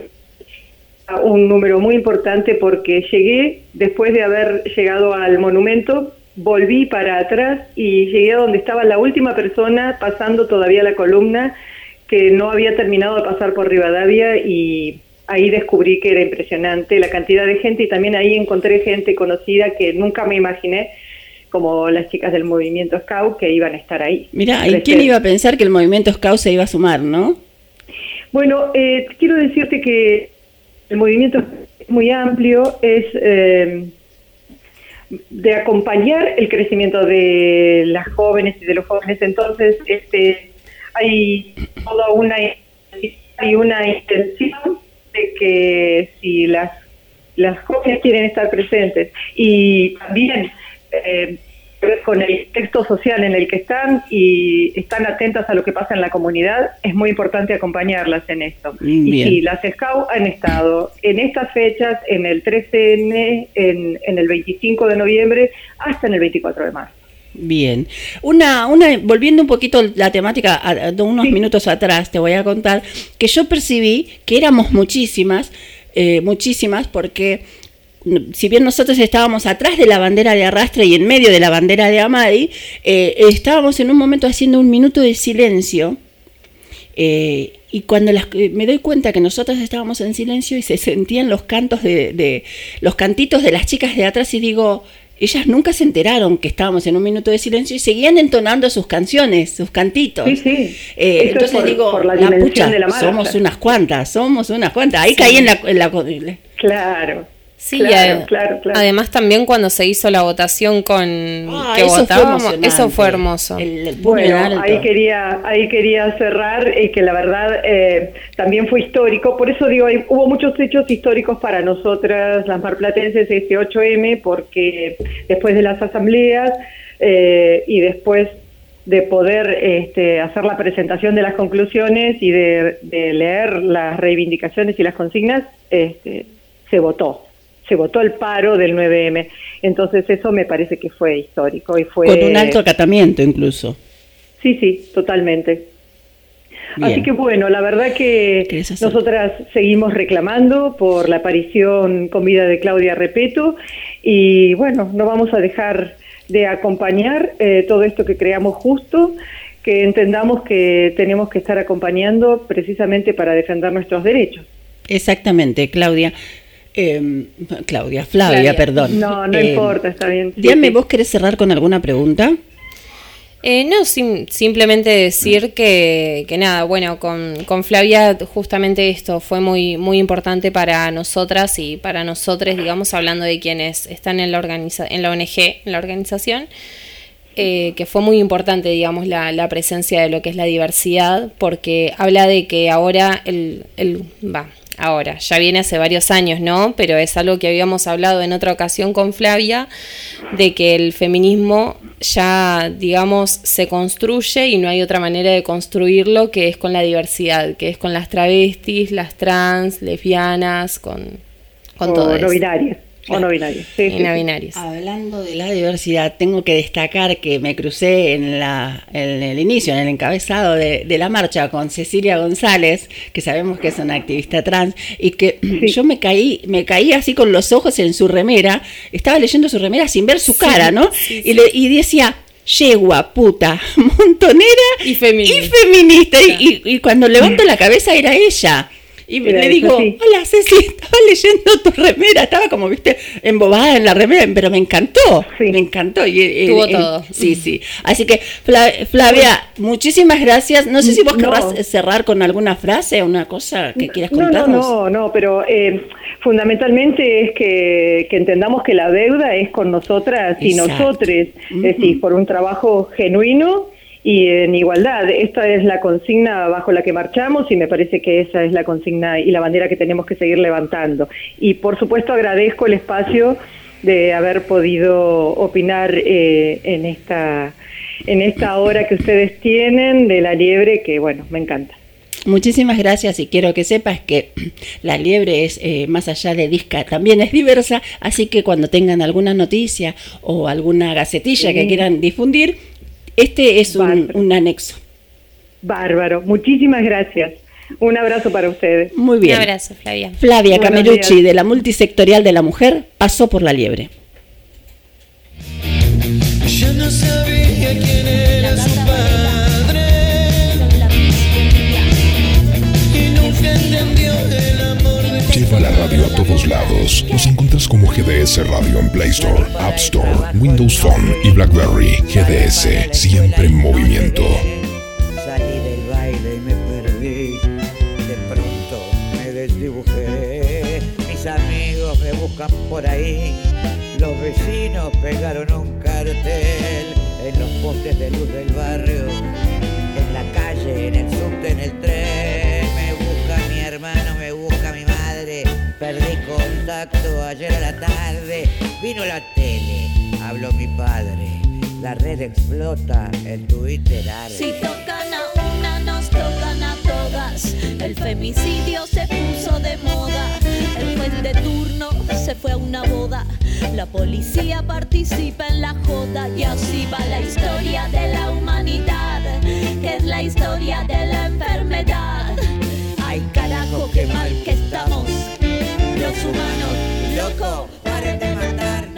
un número muy importante porque llegué, después de haber llegado al monumento, volví para atrás y llegué a donde estaba la última persona pasando todavía la columna, que no había terminado de pasar por Rivadavia, y ahí descubrí que era impresionante la cantidad de gente, y también ahí encontré gente conocida que nunca me imaginé, como las chicas del movimiento Scout, que iban a estar ahí. Mirá, ¿y quién iba a pensar que el movimiento Scout se iba a sumar, no? Bueno, eh, quiero decirte que el movimiento es muy amplio, es eh, de acompañar el crecimiento de las jóvenes y de los jóvenes. Entonces, este, hay toda una hay una intención de que si las las jóvenes quieren estar presentes y también eh, con el texto social en el que están y están atentas a lo que pasa en la comunidad, es muy importante acompañarlas en esto. Bien. Y sí, las Scout han estado en estas fechas, en el trece ene, en, en el veinticinco de noviembre, hasta en el veinticuatro de marzo. Bien. Una, una, volviendo un poquito la temática, a, a unos sí. minutos atrás, te voy a contar que yo percibí que éramos muchísimas, eh, muchísimas, porque si bien nosotros estábamos atrás de la bandera de arrastre y en medio de la bandera de Amadi, eh, estábamos en un momento haciendo un minuto de silencio, eh, y cuando las, eh, me doy cuenta que nosotros estábamos en silencio y se sentían los cantos de, de los cantitos de las chicas de atrás, y digo, ellas nunca se enteraron que estábamos en un minuto de silencio y seguían entonando sus canciones, sus cantitos. Sí, sí. Eh, entonces por, digo, por la, la pucha, de la somos unas cuantas, somos unas cuantas. Ahí sí. caí en la, en la... Claro. Sí, claro, claro, claro. Además también cuando se hizo la votación con ah, que eso votábamos, fue eso fue hermoso. El, el bueno, ahí quería, ahí quería cerrar y que la verdad eh, también fue histórico. Por eso digo, hay, hubo muchos hechos históricos para nosotras, las marplatenses, este ocho eme, porque después de las asambleas eh, y después de poder este, hacer la presentación de las conclusiones y de, de leer las reivindicaciones y las consignas, este, se votó. Se votó el paro del nueve eme. Entonces eso me parece que fue histórico. Y fue con un alto acatamiento incluso. Sí, sí, totalmente. Bien. Así que bueno, la verdad que nosotras seguimos reclamando por la aparición con vida de Claudia Repeto, y bueno, no vamos a dejar de acompañar eh, todo esto que creamos justo, que entendamos que tenemos que estar acompañando precisamente para defender nuestros derechos. Exactamente, Claudia. Eh, Claudia, Flavia, Flavia, perdón. No, no eh, importa, está bien. Dígame, ¿vos querés cerrar con alguna pregunta? Eh, no, sim- simplemente decir que, que nada, bueno, con, con Flavia justamente esto fue muy, muy importante para nosotras y para nosotros, digamos, hablando de quienes están en la, organiza- en la O N G, en la organización, eh, que fue muy importante, digamos, la, la presencia de lo que es la diversidad, porque habla de que ahora el, el va, ahora, ya viene hace varios años, ¿no? Pero es algo que habíamos hablado en otra ocasión con Flavia, de que el feminismo ya, digamos, se construye y no hay otra manera de construirlo que es con la diversidad, que es con las travestis, las trans, lesbianas, con, con o todo no eso. binarias. O no binarias. Sí, y sí, no sí. binarias. Hablando de la diversidad, tengo que destacar que me crucé en, la, en el inicio, en el encabezado de, de la marcha con Cecilia González, que sabemos que es una activista trans, y que sí. yo me caí, me caí así con los ojos en su remera, estaba leyendo su remera sin ver su sí, cara, ¿no? Sí, sí. Y, le, y decía, yegua, puta, montonera y feminista. Y, feminista. Sí. Y, y, y cuando levanto la cabeza era ella. Y Era le digo, sí. hola Ceci, estaba leyendo tu remera, estaba como, viste, embobada en la remera, pero me encantó, sí. me encantó. Y, Tuvo y, todo. Sí, sí. Así que, Flavia, muchísimas gracias. No sé si vos no. querrás cerrar con alguna frase o una cosa que quieras contarnos. No, no, no, no pero eh, fundamentalmente es que, que entendamos que la deuda es con nosotras y Exacto. nosotres, uh-huh. es decir, por un trabajo genuino y en igualdad. Esta es la consigna bajo la que marchamos y me parece que esa es la consigna y la bandera que tenemos que seguir levantando. Y por supuesto agradezco el espacio de haber podido opinar eh, en esta en esta hora que ustedes tienen de la liebre, que bueno, me encanta. Muchísimas gracias y quiero que sepas que la liebre es, eh, más allá de disca, también es diversa, así que cuando tengan alguna noticia o alguna gacetilla sí. que quieran difundir, este es un, un anexo. Bárbaro, muchísimas gracias. Un abrazo para ustedes. Muy bien. Un abrazo, Flavia. Flavia Camelucci, de la Multisectorial de la Mujer, pasó por la liebre. Yo no sabía quién era su padre y nunca entendió el amor de... Lleva la radio a todos lados. Nos encuentras como G D S Radio en Play Store, App Store, Windows Phone y BlackBerry. G D S, siempre en movimiento. Salí del baile y me perdí. De pronto me desdibujé. Mis amigos me buscan por ahí. Los vecinos pegaron un cartel en los postes de luz del barrio, en la calle, en el subte, en el tren. Me busca mi hermano, me busca mi madre. Perdí contacto ayer a la tarde. Vino la tele, habló mi padre. La red explota, el Twitter arde. Si tocan a una, nos tocan a todas. El femicidio se puso de moda. El juez de turno se fue a una boda. La policía participa en la joda. Y así va la historia de la humanidad, que es la historia de la enfermedad. Ay carajo, qué mal que estamos los humanos. Loco, paren de matarnos.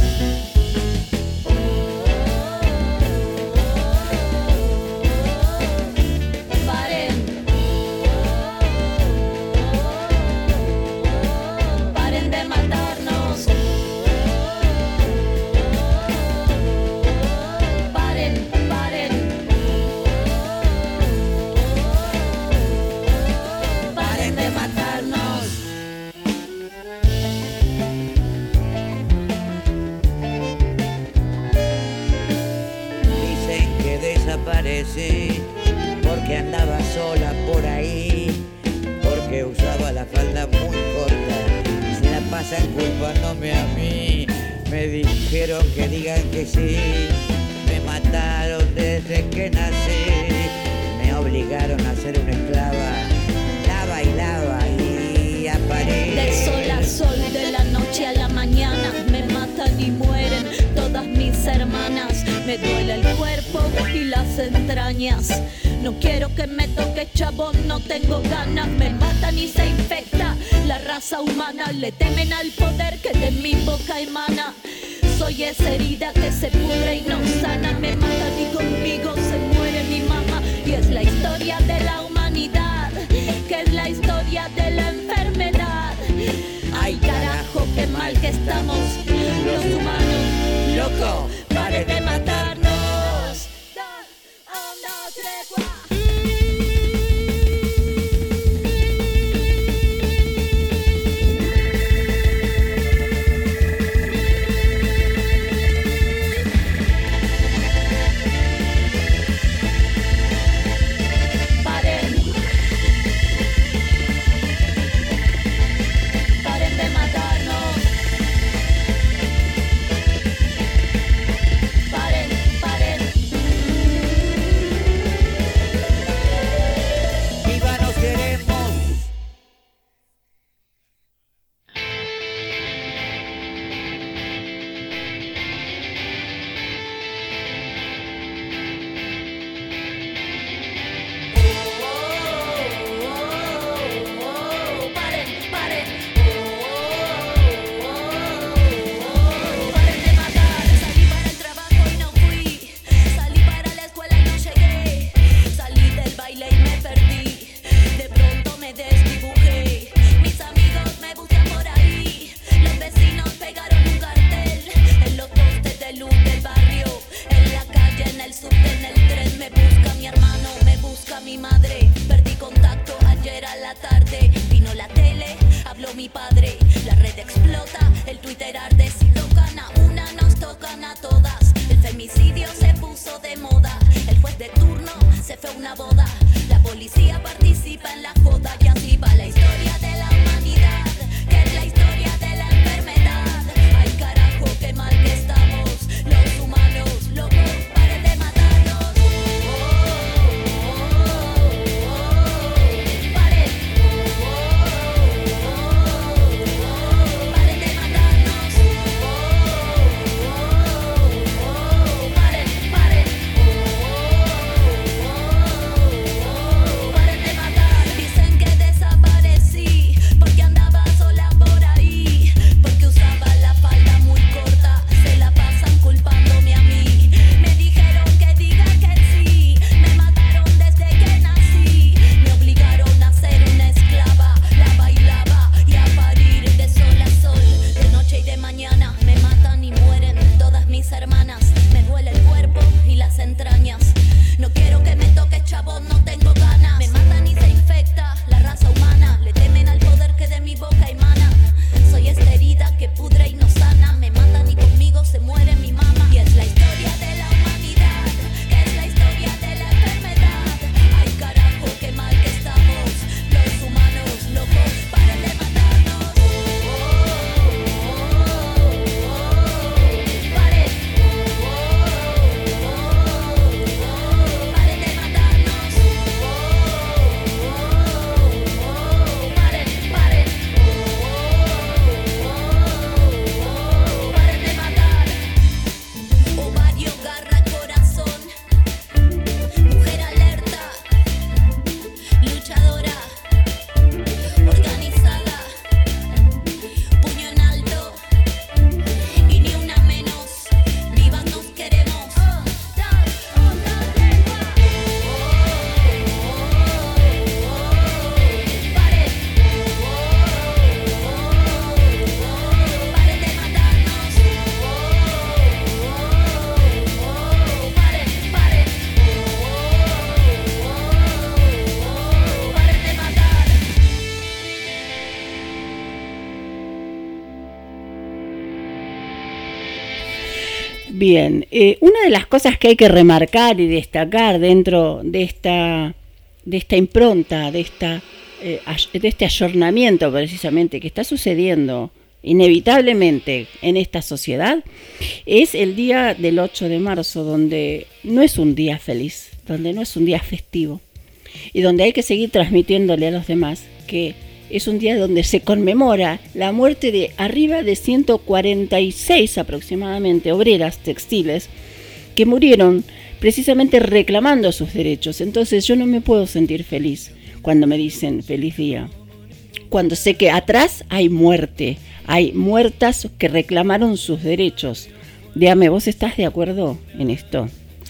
Desaparecí porque andaba sola por ahí, porque usaba la falda muy corta. Se la pasan culpándome a mí. Me dijeron que digan que sí. Me mataron desde que nací. Me obligaron a ser una esclava. La bailaba y aparé. De sol a sol, de la noche a la mañana, me matan y mueren todas mis hermanas. Me duele el cuerpo y las entrañas. No quiero que me toque chabón, no tengo ganas. Me matan y se infecta la raza humana. Le temen al poder que de mi boca emana. Soy esa herida que se pudre y no sana. Me matan y conmigo se muere mi mamá. Y es la historia de la humanidad, que es la historia de la enfermedad. Ay carajo, qué mal que estamos los humanos. Loco, pare de matarnos. policía participa en la joda y así va la historia de la humanidad, que es la historia de la enfermedad. Ay carajo, qué mal que estamos, los humanos locos, paren de matarnos. Oh, oh, oh, oh, paren. Oh, oh, oh, paren de matarnos. Oh, oh, oh, paren, paren. Paren de matar. Dicen que desaparecí porque andaba sola por ahí, porque usaba la falda muy corta, se la pasan culpándome a mí. Me dijeron que diga que sí, me mataron desde que nací, me obligaron a ser una esclava, la bailaba y a parir de sol a sol, de noche y de mañana. Me matan y mueren todas mis hermanas, me duele el cuerpo y las entrañas. No quiero que me toque, chabón, no tengo ganas. Me matan y se infecta la raza humana. Le temen al poder que de mi boca emana. Soy esta herida que pudre y no sana. Me matan y conmigo se muere mi mamá. Y es la historia de la humanidad, que es la historia de la enfermedad. Ay carajo, qué mal que estamos, los humanos locos, paren de matarnos. Oh, oh, oh, oh, paren. Oh, oh, oh, paren de matarnos. Oh, oh, oh, paren, paren. Oh, oh, paren de matar. Ovario, garra, corazón, mujer alerta, luchadora, organizada, puño en alto y ni una menos, vivas nos queremos. Otra, otra lengua. Oh, oh, oh, paren. Oh, oh, oh, paren de matarnos. Oh, oh, oh, paren, paren. Oh, oh, oh, paren de matar. Bien, eh, una de las cosas que hay que remarcar y destacar dentro de esta, de esta impronta, de, esta, eh, ay- de este ayornamiento precisamente que está sucediendo inevitablemente en esta sociedad, es el día del ocho de marzo, donde no es un día feliz, donde no es un día festivo, y donde hay que seguir transmitiéndole a los demás que es un día donde se conmemora la muerte de arriba de ciento cuarenta y seis aproximadamente obreras textiles que murieron precisamente reclamando sus derechos. Entonces yo no me puedo sentir feliz cuando me dicen feliz día, cuando sé que atrás hay muerte, hay muertas que reclamaron sus derechos. Dígame, ¿vos estás de acuerdo en esto?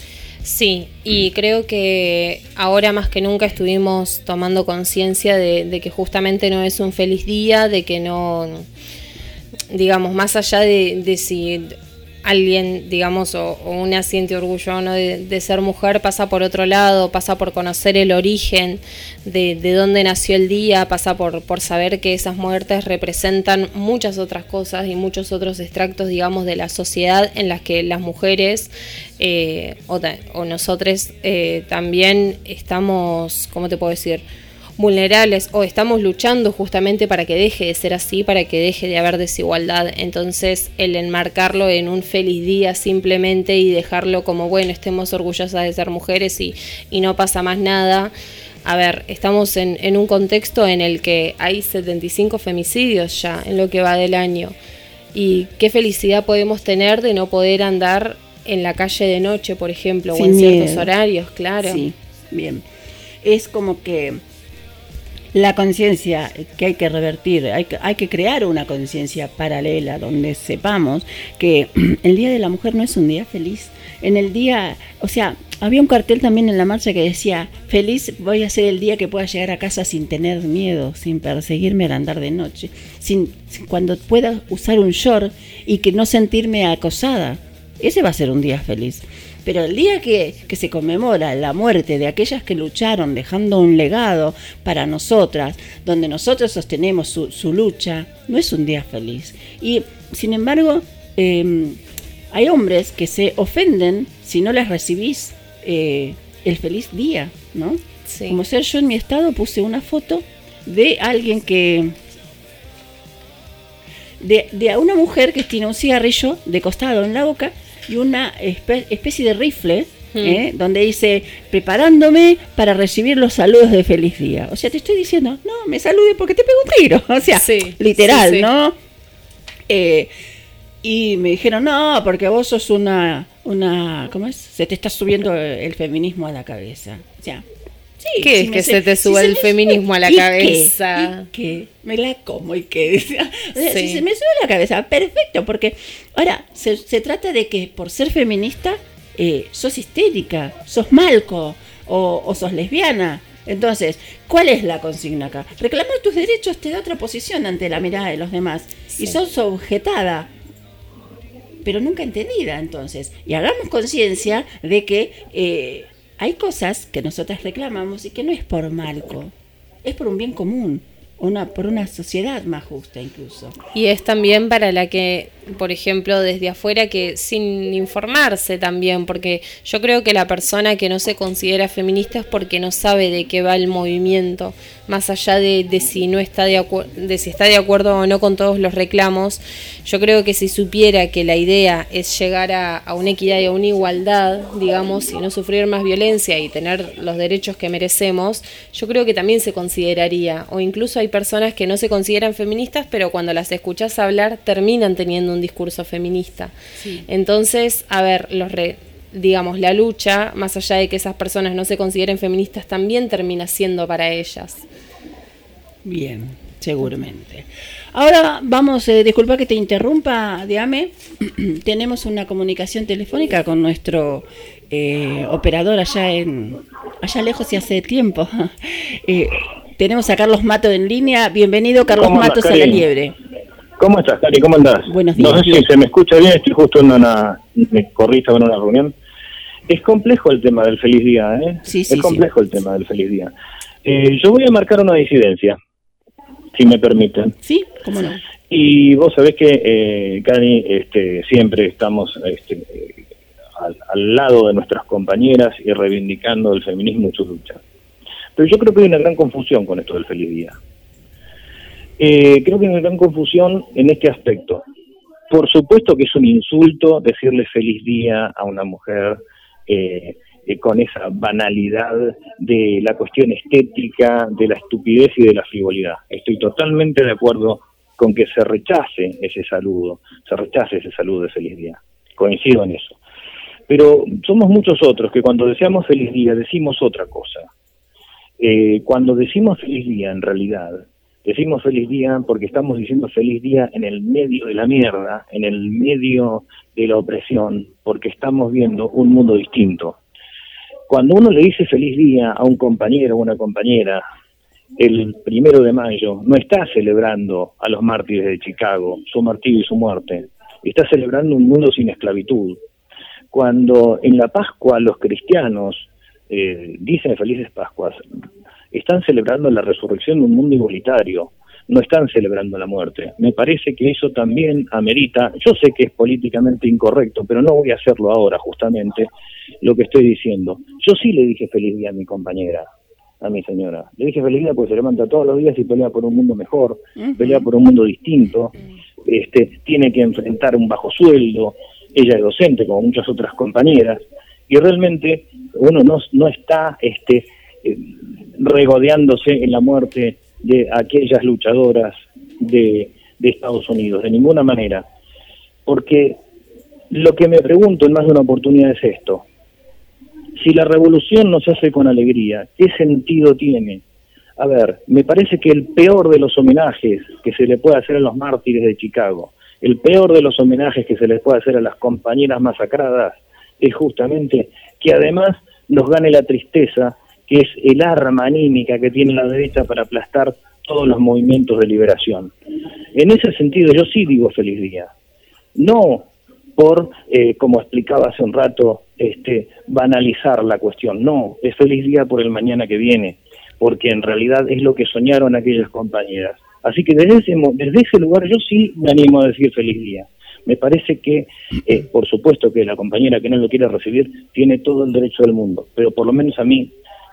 Sí, y creo que ahora más que nunca estuvimos tomando conciencia de, de que justamente no es un feliz día, de que no, digamos, más allá de, de si alguien, digamos, o, o una siente orgullo, ¿no?, de, de ser mujer, pasa por otro lado, pasa por conocer el origen de, de dónde nació el día, pasa por, por saber que esas muertes representan muchas otras cosas y muchos otros extractos, digamos, de la sociedad en las que las mujeres eh, o, ta- o nosotros eh, también estamos, ¿cómo te puedo decir?, vulnerables, o estamos luchando justamente para que deje de ser así, para que deje de haber desigualdad. Entonces el enmarcarlo en un feliz día simplemente y dejarlo como, bueno, estemos orgullosas de ser mujeres y, y no pasa más nada. A ver, estamos en, en un contexto en el que hay setenta y cinco femicidios ya en lo que va del año, y qué felicidad podemos tener de no poder andar en la calle de noche, por ejemplo, Sin o en ciertos miedo. horarios, claro. Sí, bien. Es como que la conciencia que hay que revertir, hay que, hay que crear una conciencia paralela donde sepamos que el Día de la Mujer no es un día feliz. En el día, o sea, había un cartel también en la marcha que decía: feliz voy a ser el día que pueda llegar a casa sin tener miedo, sin perseguirme al andar de noche, sin, sin- cuando pueda usar un short y que no sentirme acosada. Ese va a ser un día feliz. Pero el día que, que se conmemora la muerte de aquellas que lucharon dejando un legado para nosotras, donde nosotros sostenemos su, su lucha, no es un día feliz. Y sin embargo, eh, hay hombres que se ofenden si no les recibís eh, el feliz día, ¿no? Sí. Como ser yo en mi estado puse una foto de alguien que... De, de a una mujer que tiene un cigarrillo de costado en la boca y una espe- especie de rifle, mm. ¿eh? donde dice, preparándome para recibir los saludos de feliz día. O sea, te estoy diciendo, no, me salude porque te pego un tiro. O sea, sí, literal, sí, sí. ¿no? Eh, y me dijeron, no, porque vos sos una, una, ¿cómo es? Se te está subiendo el feminismo a la cabeza. O sea, sí, ¿qué si es me que se, se te suba si el feminismo me, a la ¿y cabeza? Qué? ¿Y qué? Me la como y qué. O sea, Sí. si se me sube a la cabeza, perfecto, porque ahora se, se trata de que por ser feminista eh, sos histérica, sos malco o, o sos lesbiana. Entonces, ¿cuál es la consigna acá? Reclamar tus derechos te da otra posición ante la mirada de los demás. Sí. Y sos objetada, pero nunca entendida, entonces. Y hagamos conciencia de que eh, hay cosas que nosotras reclamamos y que no es por malco, es por un bien común, una por una sociedad más justa incluso. Y es también para la que, por ejemplo, desde afuera, que sin informarse también, porque yo creo que la persona que no se considera feminista es porque no sabe de qué va el movimiento, más allá de, de si no está de acuerdo, de si está de acuerdo o no con todos los reclamos. Yo creo que si supiera que la idea es llegar a, a una equidad y a una igualdad, digamos, y no sufrir más violencia y tener los derechos que merecemos, yo creo que también se consideraría, o incluso hay personas que no se consideran feministas, pero cuando las escuchás hablar terminan teniendo un discurso feminista. Sí. Entonces, a ver, los re, digamos, la lucha, más allá de que esas personas no se consideren feministas, también termina siendo para ellas. Bien, seguramente. Ahora vamos, eh, disculpa que te interrumpa, Diame. Tenemos una comunicación telefónica con nuestro eh, operador allá en allá lejos y hace tiempo. eh, tenemos a Carlos Mato en línea. Bienvenido, Carlos Matos, a La Liebre. ¿Cómo estás, Cari? ¿Cómo andás? Buenos días. No sé si se me escucha bien, estoy justo en una... Me corrí, estaba en una reunión. Es complejo el tema del feliz día, ¿eh? Sí, sí, es complejo sí. el tema del feliz día. Eh, yo voy a marcar una disidencia, si me permiten. Sí, cómo no. Y vos sabés que, eh, Cari, este, siempre estamos este, al, al lado de nuestras compañeras y reivindicando el feminismo y su lucha. Pero yo creo que hay una gran confusión con esto del feliz día. Eh, creo que hay una gran confusión en este aspecto. Por supuesto que es un insulto decirle feliz día a una mujer eh, eh, con esa banalidad de la cuestión estética, de la estupidez y de la frivolidad. Estoy totalmente de acuerdo con que se rechace ese saludo, se rechace ese saludo de feliz día. Coincido en eso. Pero somos muchos otros que cuando deseamos feliz día decimos otra cosa. Eh, cuando decimos feliz día, en realidad, decimos feliz día porque estamos diciendo feliz día en el medio de la mierda, en el medio de la opresión, porque estamos viendo un mundo distinto. Cuando uno le dice feliz día a un compañero o una compañera el primero de mayo, no está celebrando a los mártires de Chicago, su martirio y su muerte, está celebrando un mundo sin esclavitud. Cuando en la Pascua los cristianos eh, dicen felices Pascuas, están celebrando la resurrección de un mundo igualitario, no están celebrando la muerte. Me parece que eso también amerita, yo sé que es políticamente incorrecto, pero no voy a hacerlo ahora justamente, lo que estoy diciendo. Yo sí le dije feliz día a mi compañera, a mi señora. Le dije feliz día porque se levanta todos los días y pelea por un mundo mejor, uh-huh. pelea por un mundo distinto, este, tiene que enfrentar un bajo sueldo, ella es docente como muchas otras compañeras, y realmente uno no, no está este, eh, regodeándose en la muerte de aquellas luchadoras de, de Estados Unidos, de ninguna manera, porque lo que me pregunto en más de una oportunidad es esto: si la revolución no se hace con alegría, ¿qué sentido tiene? A ver, me parece que el peor de los homenajes que se le puede hacer a los mártires de Chicago, el peor de los homenajes que se les puede hacer a las compañeras masacradas, es justamente que además nos gane la tristeza, que es el arma anímica que tiene la derecha para aplastar todos los movimientos de liberación. En ese sentido yo sí digo feliz día, no por, eh, como explicaba hace un rato, este, banalizar la cuestión, no, es feliz día por el mañana que viene, porque en realidad es lo que soñaron aquellas compañeras. Así que desde ese, desde ese lugar yo sí me animo a decir feliz día. Me parece que, eh, por supuesto que la compañera que no lo quiere recibir tiene todo el derecho del mundo, pero por lo menos a mí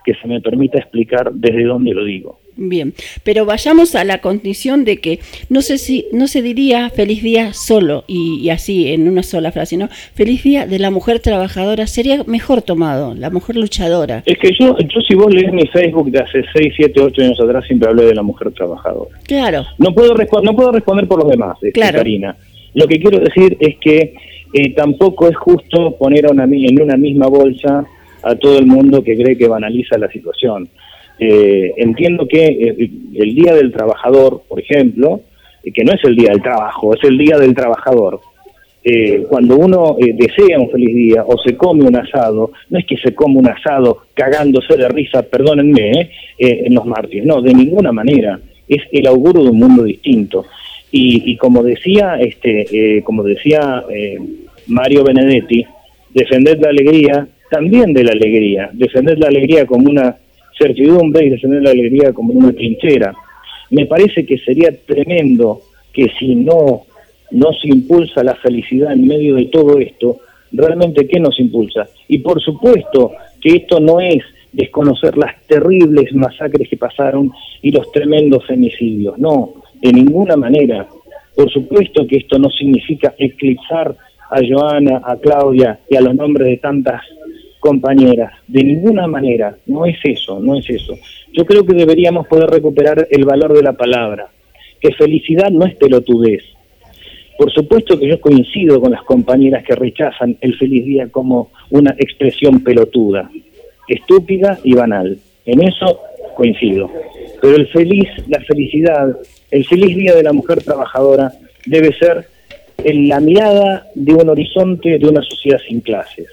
que se me permita explicar desde dónde lo digo. Bien, pero vayamos a la condición de que no sé si no se diría feliz día solo y, y así en una sola frase, ¿no? Feliz día de la mujer trabajadora sería mejor tomado, la mujer luchadora. Es que yo, yo si vos lees mi Facebook de hace seis, siete, ocho años atrás, siempre hablé de la mujer trabajadora. Claro. No puedo, respo- no puedo responder por los demás, este, Claro. Karina. Lo que quiero decir es que eh, tampoco es justo poner a una, mi- en una misma bolsa a todo el mundo que cree que banaliza la situación. Eh, entiendo que eh, el Día del Trabajador, por ejemplo, eh, que no es el Día del Trabajo, es el Día del Trabajador. Eh, cuando uno eh, desea un feliz día o se come un asado, no es que se come un asado cagándose de risa, perdónenme, eh, eh, en los mártires, no, de ninguna manera. Es el augurio de un mundo distinto. Y, y como decía, este, eh, como decía eh, Mario Benedetti, defender la alegría, también de la alegría, defender la alegría como una certidumbre y defender la alegría como una trinchera. Me parece que sería tremendo que si no, no se impulsa la felicidad en medio de todo esto, realmente ¿qué nos impulsa? Y por supuesto que esto no es desconocer las terribles masacres que pasaron y los tremendos femicidios, no, de ninguna manera. Por supuesto que esto no significa eclipsar a Joana, a Claudia y a los nombres de tantas compañeras, de ninguna manera, no es eso, no es eso. Yo creo que deberíamos poder recuperar el valor de la palabra, que felicidad no es pelotudez. Por supuesto que yo coincido con las compañeras que rechazan el feliz día como una expresión pelotuda, estúpida y banal. En eso coincido. Pero el feliz, la felicidad, el feliz día de la mujer trabajadora debe ser en la mirada de un horizonte de una sociedad sin clases.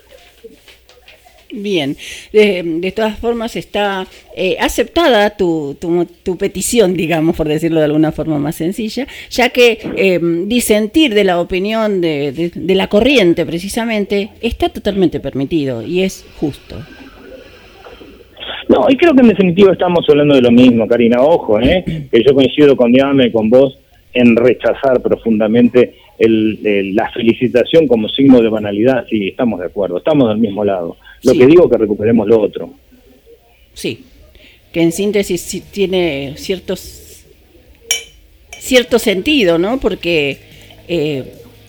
Bien, de, de todas formas está eh, aceptada tu, tu, tu petición, digamos, por decirlo de alguna forma más sencilla, ya que eh, disentir de la opinión de, de, de la corriente precisamente está totalmente permitido y es justo. No, y creo que en definitiva estamos hablando de lo mismo, Karina, ojo, ¿eh? que yo coincido con Diana y con vos en rechazar profundamente el, el, la felicitación como signo de banalidad. Sí, estamos de acuerdo, estamos del mismo lado. Lo Sí. que digo es que recuperemos lo otro. Sí, que en síntesis sí tiene ciertos cierto sentido, ¿no? Porque eh,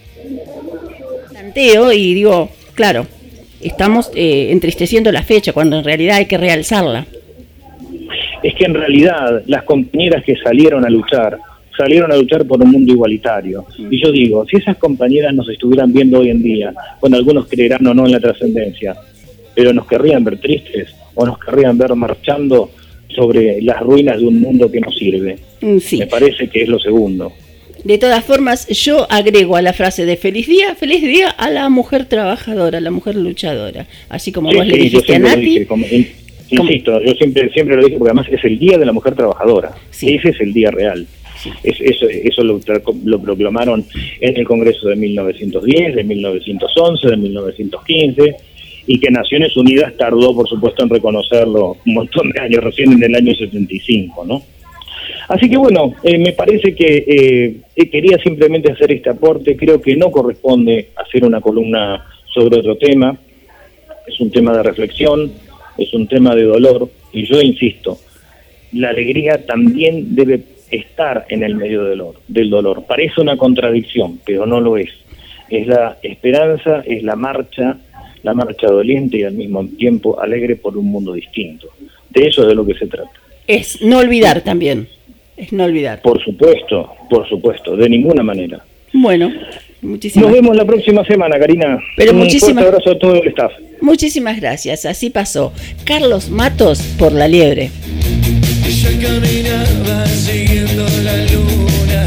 planteo y digo, claro, estamos eh, entristeciendo la fecha cuando en realidad hay que realzarla. Es que en realidad las compañeras que salieron a luchar, salieron a luchar por un mundo igualitario. Y yo digo, si esas compañeras nos estuvieran viendo hoy en día, bueno, algunos creerán o no en la trascendencia, pero nos querrían ver tristes o nos querrían ver marchando sobre las ruinas de un mundo que no sirve. Sí. Me parece que es lo segundo. De todas formas, yo agrego a la frase de feliz día, feliz día a la mujer trabajadora, a la mujer luchadora. Así como Sí, vos sí, le yo dijiste a siempre lo Nati. dije, como- in- insisto, yo siempre siempre lo dije porque además es el Día de la Mujer Trabajadora. Ese es el día real. Es- eso eso lo, tra- lo proclamaron en el Congreso de mil novecientos diez, de mil novecientos once, de mil novecientos quince, y que Naciones Unidas tardó, por supuesto, en reconocerlo un montón de años, recién en el año setenta y cinco, ¿no? Así que bueno, eh, me parece que eh, eh, quería simplemente hacer este aporte. Creo que no corresponde hacer una columna sobre otro tema. Es un tema de reflexión, es un tema de dolor, y yo insisto, la alegría también debe estar en el medio del dolor, del dolor. Parece una contradicción, pero no lo es. Es la esperanza, es la marcha, la marcha doliente y al mismo tiempo alegre por un mundo distinto. De eso es de lo que se trata. Es no olvidar también. Es no olvidar. Por supuesto, por supuesto, de ninguna manera. Bueno, muchísimas Nos vemos la próxima semana, Karina. Pero un muchísimas- fuerte abrazo a todo el staff. Muchísimas gracias. Así pasó Carlos Matos por La Liebre. Ella caminaba siguiendo la luna.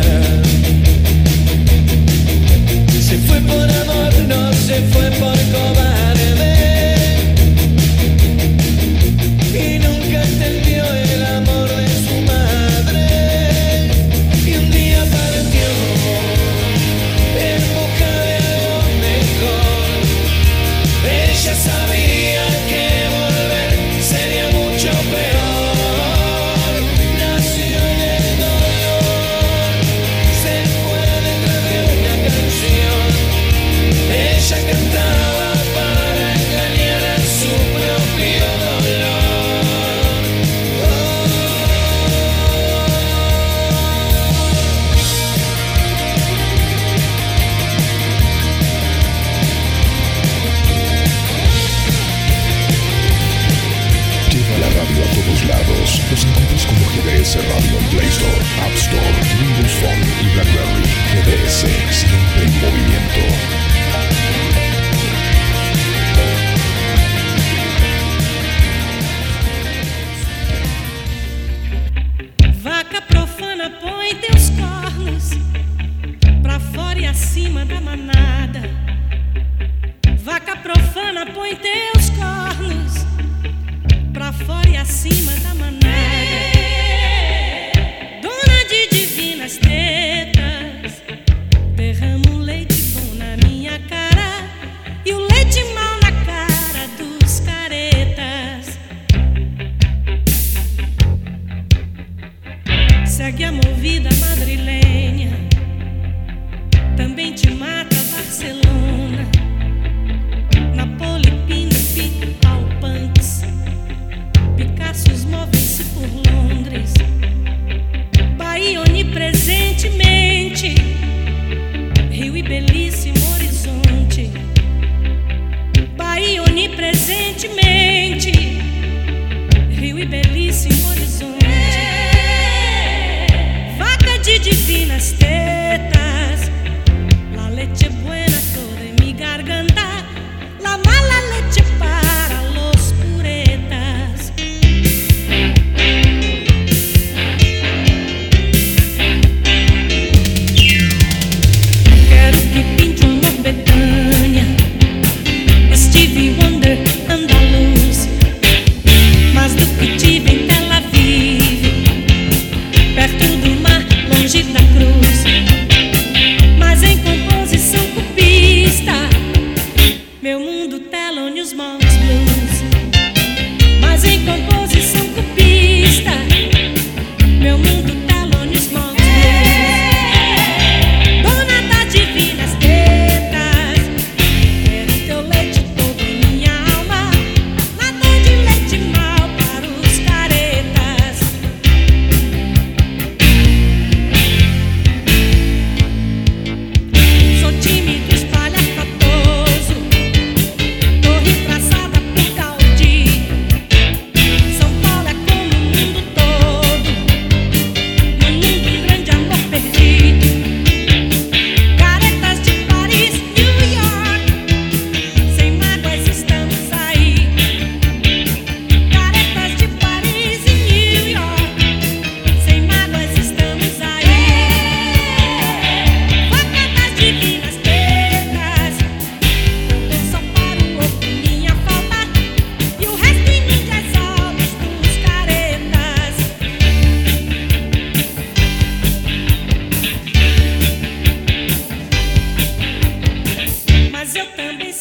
Se fue por amor, no se fue por cobarde. Y nunca entendió el amor de su madre. Y un día partió en busca de algo mejor. Ella sabía que volver sería mucho peor. Nació en el dolor, se fue detrás de una canción. Ella cantaba para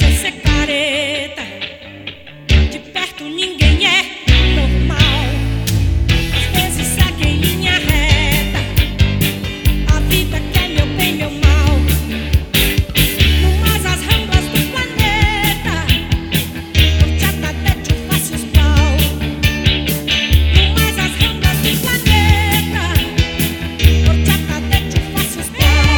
você ser careta. De perto ninguém é normal. Às vezes segue em linha reta. A vida quer meu bem, meu mal. No mais as ramblas do planeta. Por te até te faço os pau. No mais as ramblas do planeta. Por te até te faço os pau.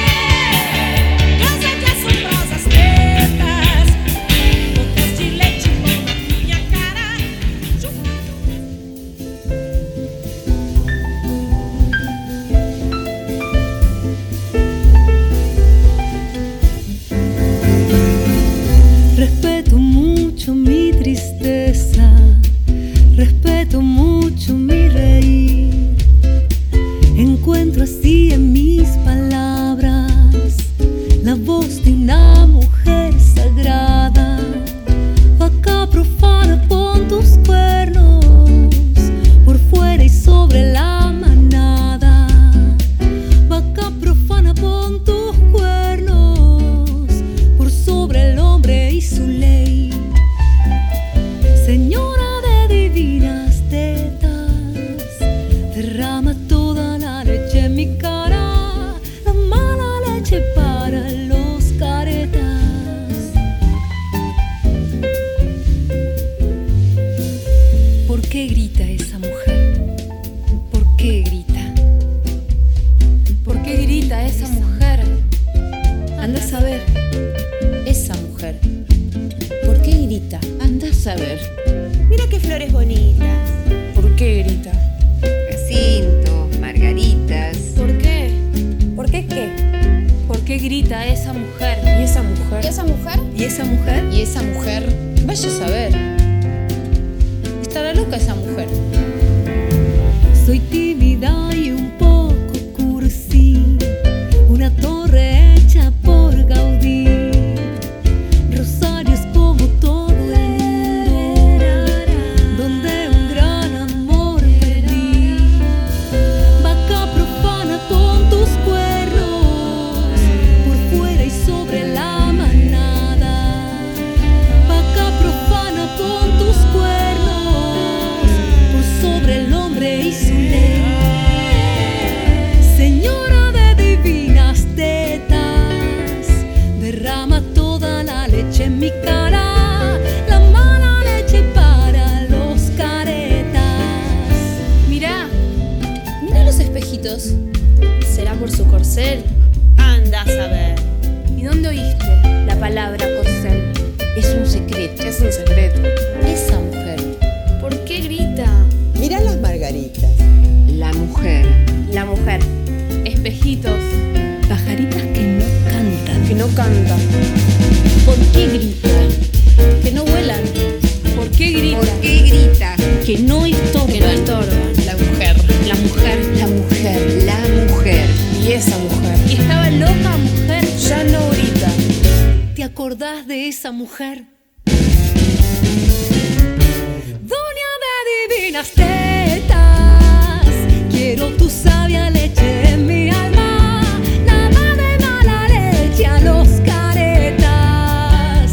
Rosa de assombrosas tetas. Gotas de leite vão na minha cara. Respeto mucho mi tristeza, respeto mucho mi reír. Encuentro así en mis palabras la voz de una mujer sagrada. Vaca profana, pon tus cuernos por fuera y sobre la manada. Vaca profana, pon tus cuernos por sobre el hombre y su ley. Señora de divinas tetas, derrama toda la leche en mi cara, la mala leche para los caretas. ¿Por qué grita esa mujer? ¿Por qué grita? ¿Por qué grita esa mujer? Anda a saber. Esa mujer. ¿Por qué grita? Anda a saber. Mira qué flores bonitas. ¿Por qué grita? Jacintos, margaritas. ¿Por qué? ¿Por qué qué? ¿Por qué grita esa mujer? ¿Y esa mujer? ¿Y esa mujer? ¿Y esa mujer? ¿Y esa mujer? Vaya a saber. Estará loca esa mujer. Soy tímida y un poco cursi, una torre hecha por Gaudí. Rosario es como todo el mundo, donde un gran amor perdí. Vaca profana, pon tus cuernos por fuera y sobre la manada. Vaca profana, pon tus cuernos por sobre el hombre y su ley. Señora de divinas tetas, derrama toda la leche en mi cara, la mala leche para los caretas. Mirá, mirá los espejitos. ¿Será por su corcel? Anda a saber. ¿Y dónde oíste la palabra corcel? Es un secreto. Es un secreto. Esa mujer. ¿Por qué grita? Mirá las margaritas. La mujer. La mujer. Espejitos. Pajaritas que no cantan. Que no cantan. ¿Por qué grita? Que no vuelan. ¿Por qué grita? ¿Por qué grita? Que no estorban. Que no estorban. La mujer. La mujer. La mujer. La mujer. Y esa mujer. Y estaba loca mujer. Ya no grita. ¿Te acordás de esa mujer? Doña de divinas tetas, quiero tu sabia leche en mi alma, nada de mala leche a los caretas.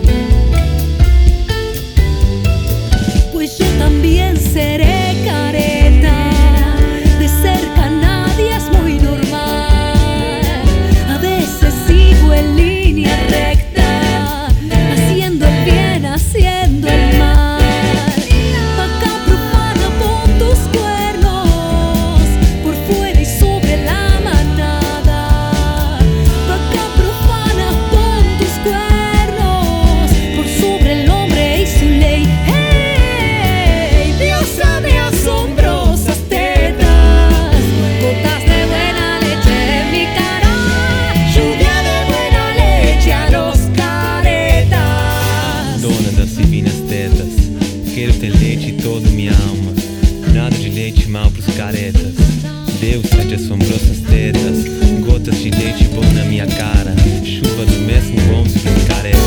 Pues yo también seré careta, de cerca nadie es muy normal. A veces sigo en línea recta, haciendo el bien, haciendo el mal. Vaca profana, pon tus cuernos por fuera y sobre la manada. Vaca profana, pon tus cuernos por sobre el hombre y su ley. ¡Hey! Diosa de asombrosas tetas, gotas de buena leche en mi cara, lluvia de buena leche a los caretas. Dona das divinas tetas, quero ter leite toda minha alma. Nada de leite mal pros caretas. Deusa de assombrosas tetas, gotas de leite bom na minha cara. Chuva do mesmo bons pros caretas.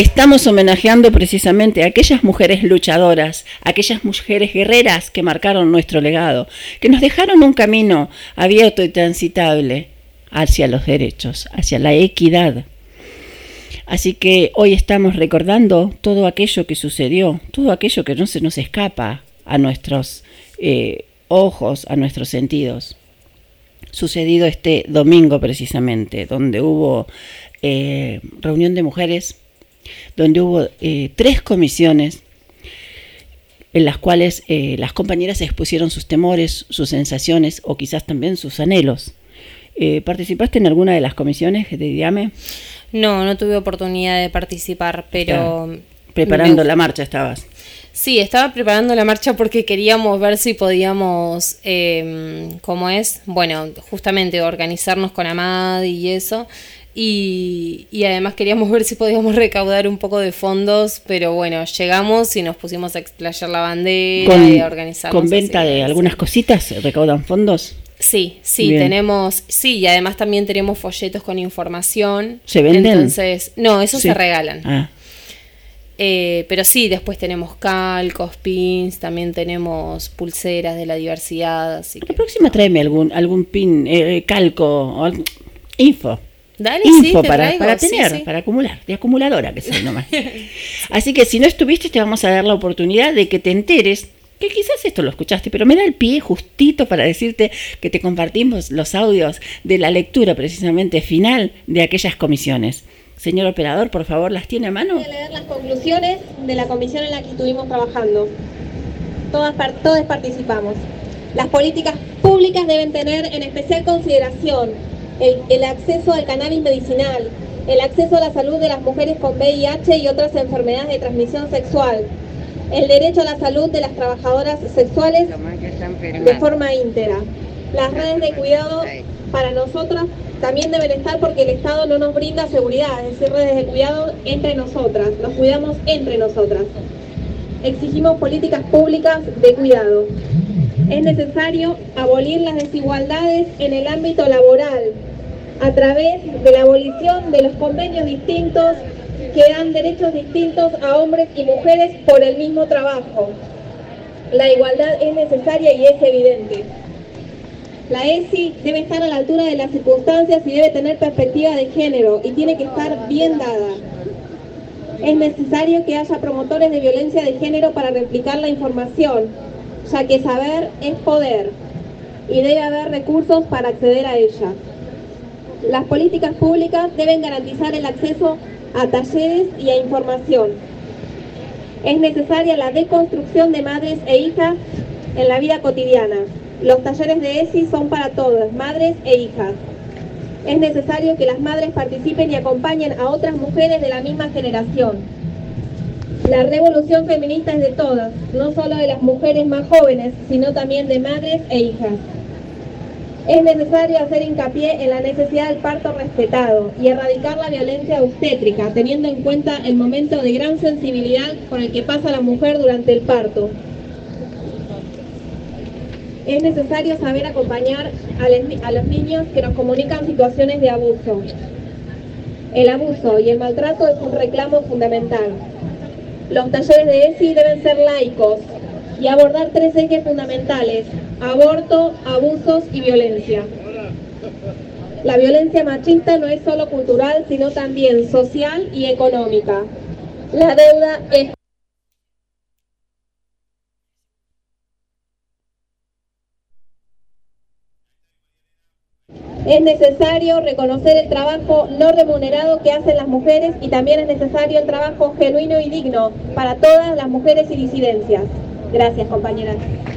estamos homenajeando precisamente a aquellas mujeres luchadoras, aquellas mujeres guerreras que marcaron nuestro legado, que nos dejaron un camino abierto y transitable hacia los derechos, hacia la equidad. Así que hoy estamos recordando todo aquello que sucedió, todo aquello que no se nos escapa a nuestros eh, ojos, a nuestros sentidos. Sucedido este domingo precisamente, donde hubo eh, reunión de mujeres, donde hubo eh, tres comisiones en las cuales eh, las compañeras expusieron sus temores, sus sensaciones o quizás también sus anhelos. Eh, ¿Participaste en alguna de las comisiones de DIAME? No, no tuve oportunidad de participar, pero... Está preparando me... la marcha estabas. Sí, estaba preparando la marcha porque queríamos ver si podíamos, eh, ¿cómo es? Bueno, justamente organizarnos con AMAD y eso. Y, y además queríamos ver si podíamos recaudar un poco de fondos, pero bueno, llegamos y nos pusimos a explayar la bandera Con, y a organizarnos. ¿Con venta así, de sí. algunas cositas recaudan fondos? Sí, sí, Bien. tenemos, sí, y además también tenemos folletos con información. ¿Se venden? Entonces, no, esos Sí. se regalan. Ah. Eh, pero sí, después tenemos calcos, pins, también tenemos pulseras de la diversidad, así que... La próxima tráeme algún algún pin, eh, calco, o algún, info. Dale, info sí, te para, traigo, para sí, tener, sí. para acumular, de acumuladora que soy nomás. Así que si no estuviste, te vamos a dar la oportunidad de que te enteres, que quizás esto lo escuchaste, pero me da el pie justito para decirte que te compartimos los audios de la lectura precisamente final de aquellas comisiones. Señor operador, por favor, ¿las tiene a mano? Voy a leer las conclusiones de la comisión en la que estuvimos trabajando. Todas, par- todos participamos. Las políticas públicas deben tener en especial consideración el, el acceso al cannabis medicinal, el acceso a la salud de las mujeres con V I H y otras enfermedades de transmisión sexual, el derecho a la salud de las trabajadoras sexuales de forma íntegra. Las redes de cuidado para nosotras también deben estar porque el Estado no nos brinda seguridad, es decir, redes de cuidado entre nosotras, nos cuidamos entre nosotras. Exigimos políticas públicas de cuidado. Es necesario abolir las desigualdades en el ámbito laboral a través de la abolición de los convenios distintos que dan derechos distintos a hombres y mujeres por el mismo trabajo. La igualdad es necesaria y es evidente. La E S I debe estar a la altura de las circunstancias y debe tener perspectiva de género y tiene que estar bien dada. Es necesario que haya promotores de violencia de género para replicar la información, ya que saber es poder y debe haber recursos para acceder a ella. Las políticas públicas deben garantizar el acceso a talleres y a información. Es necesaria la deconstrucción de madres e hijas en la vida cotidiana. Los talleres de E S I son para todas, madres e hijas. Es necesario que las madres participen y acompañen a otras mujeres de la misma generación. La revolución feminista es de todas, no solo de las mujeres más jóvenes, sino también de madres e hijas. Es necesario hacer hincapié en la necesidad del parto respetado y erradicar la violencia obstétrica, teniendo en cuenta el momento de gran sensibilidad por el que pasa la mujer durante el parto. Es necesario saber acompañar a, les, a los niños que nos comunican situaciones de abuso. El abuso y el maltrato es un reclamo fundamental. Los talleres de E S I deben ser laicos y abordar tres ejes fundamentales: aborto, abusos y violencia. La violencia machista no es solo cultural, sino también social y económica. La deuda es... Es necesario reconocer el trabajo no remunerado que hacen las mujeres y también es necesario el trabajo genuino y digno para todas las mujeres y disidencias. Gracias, compañeras.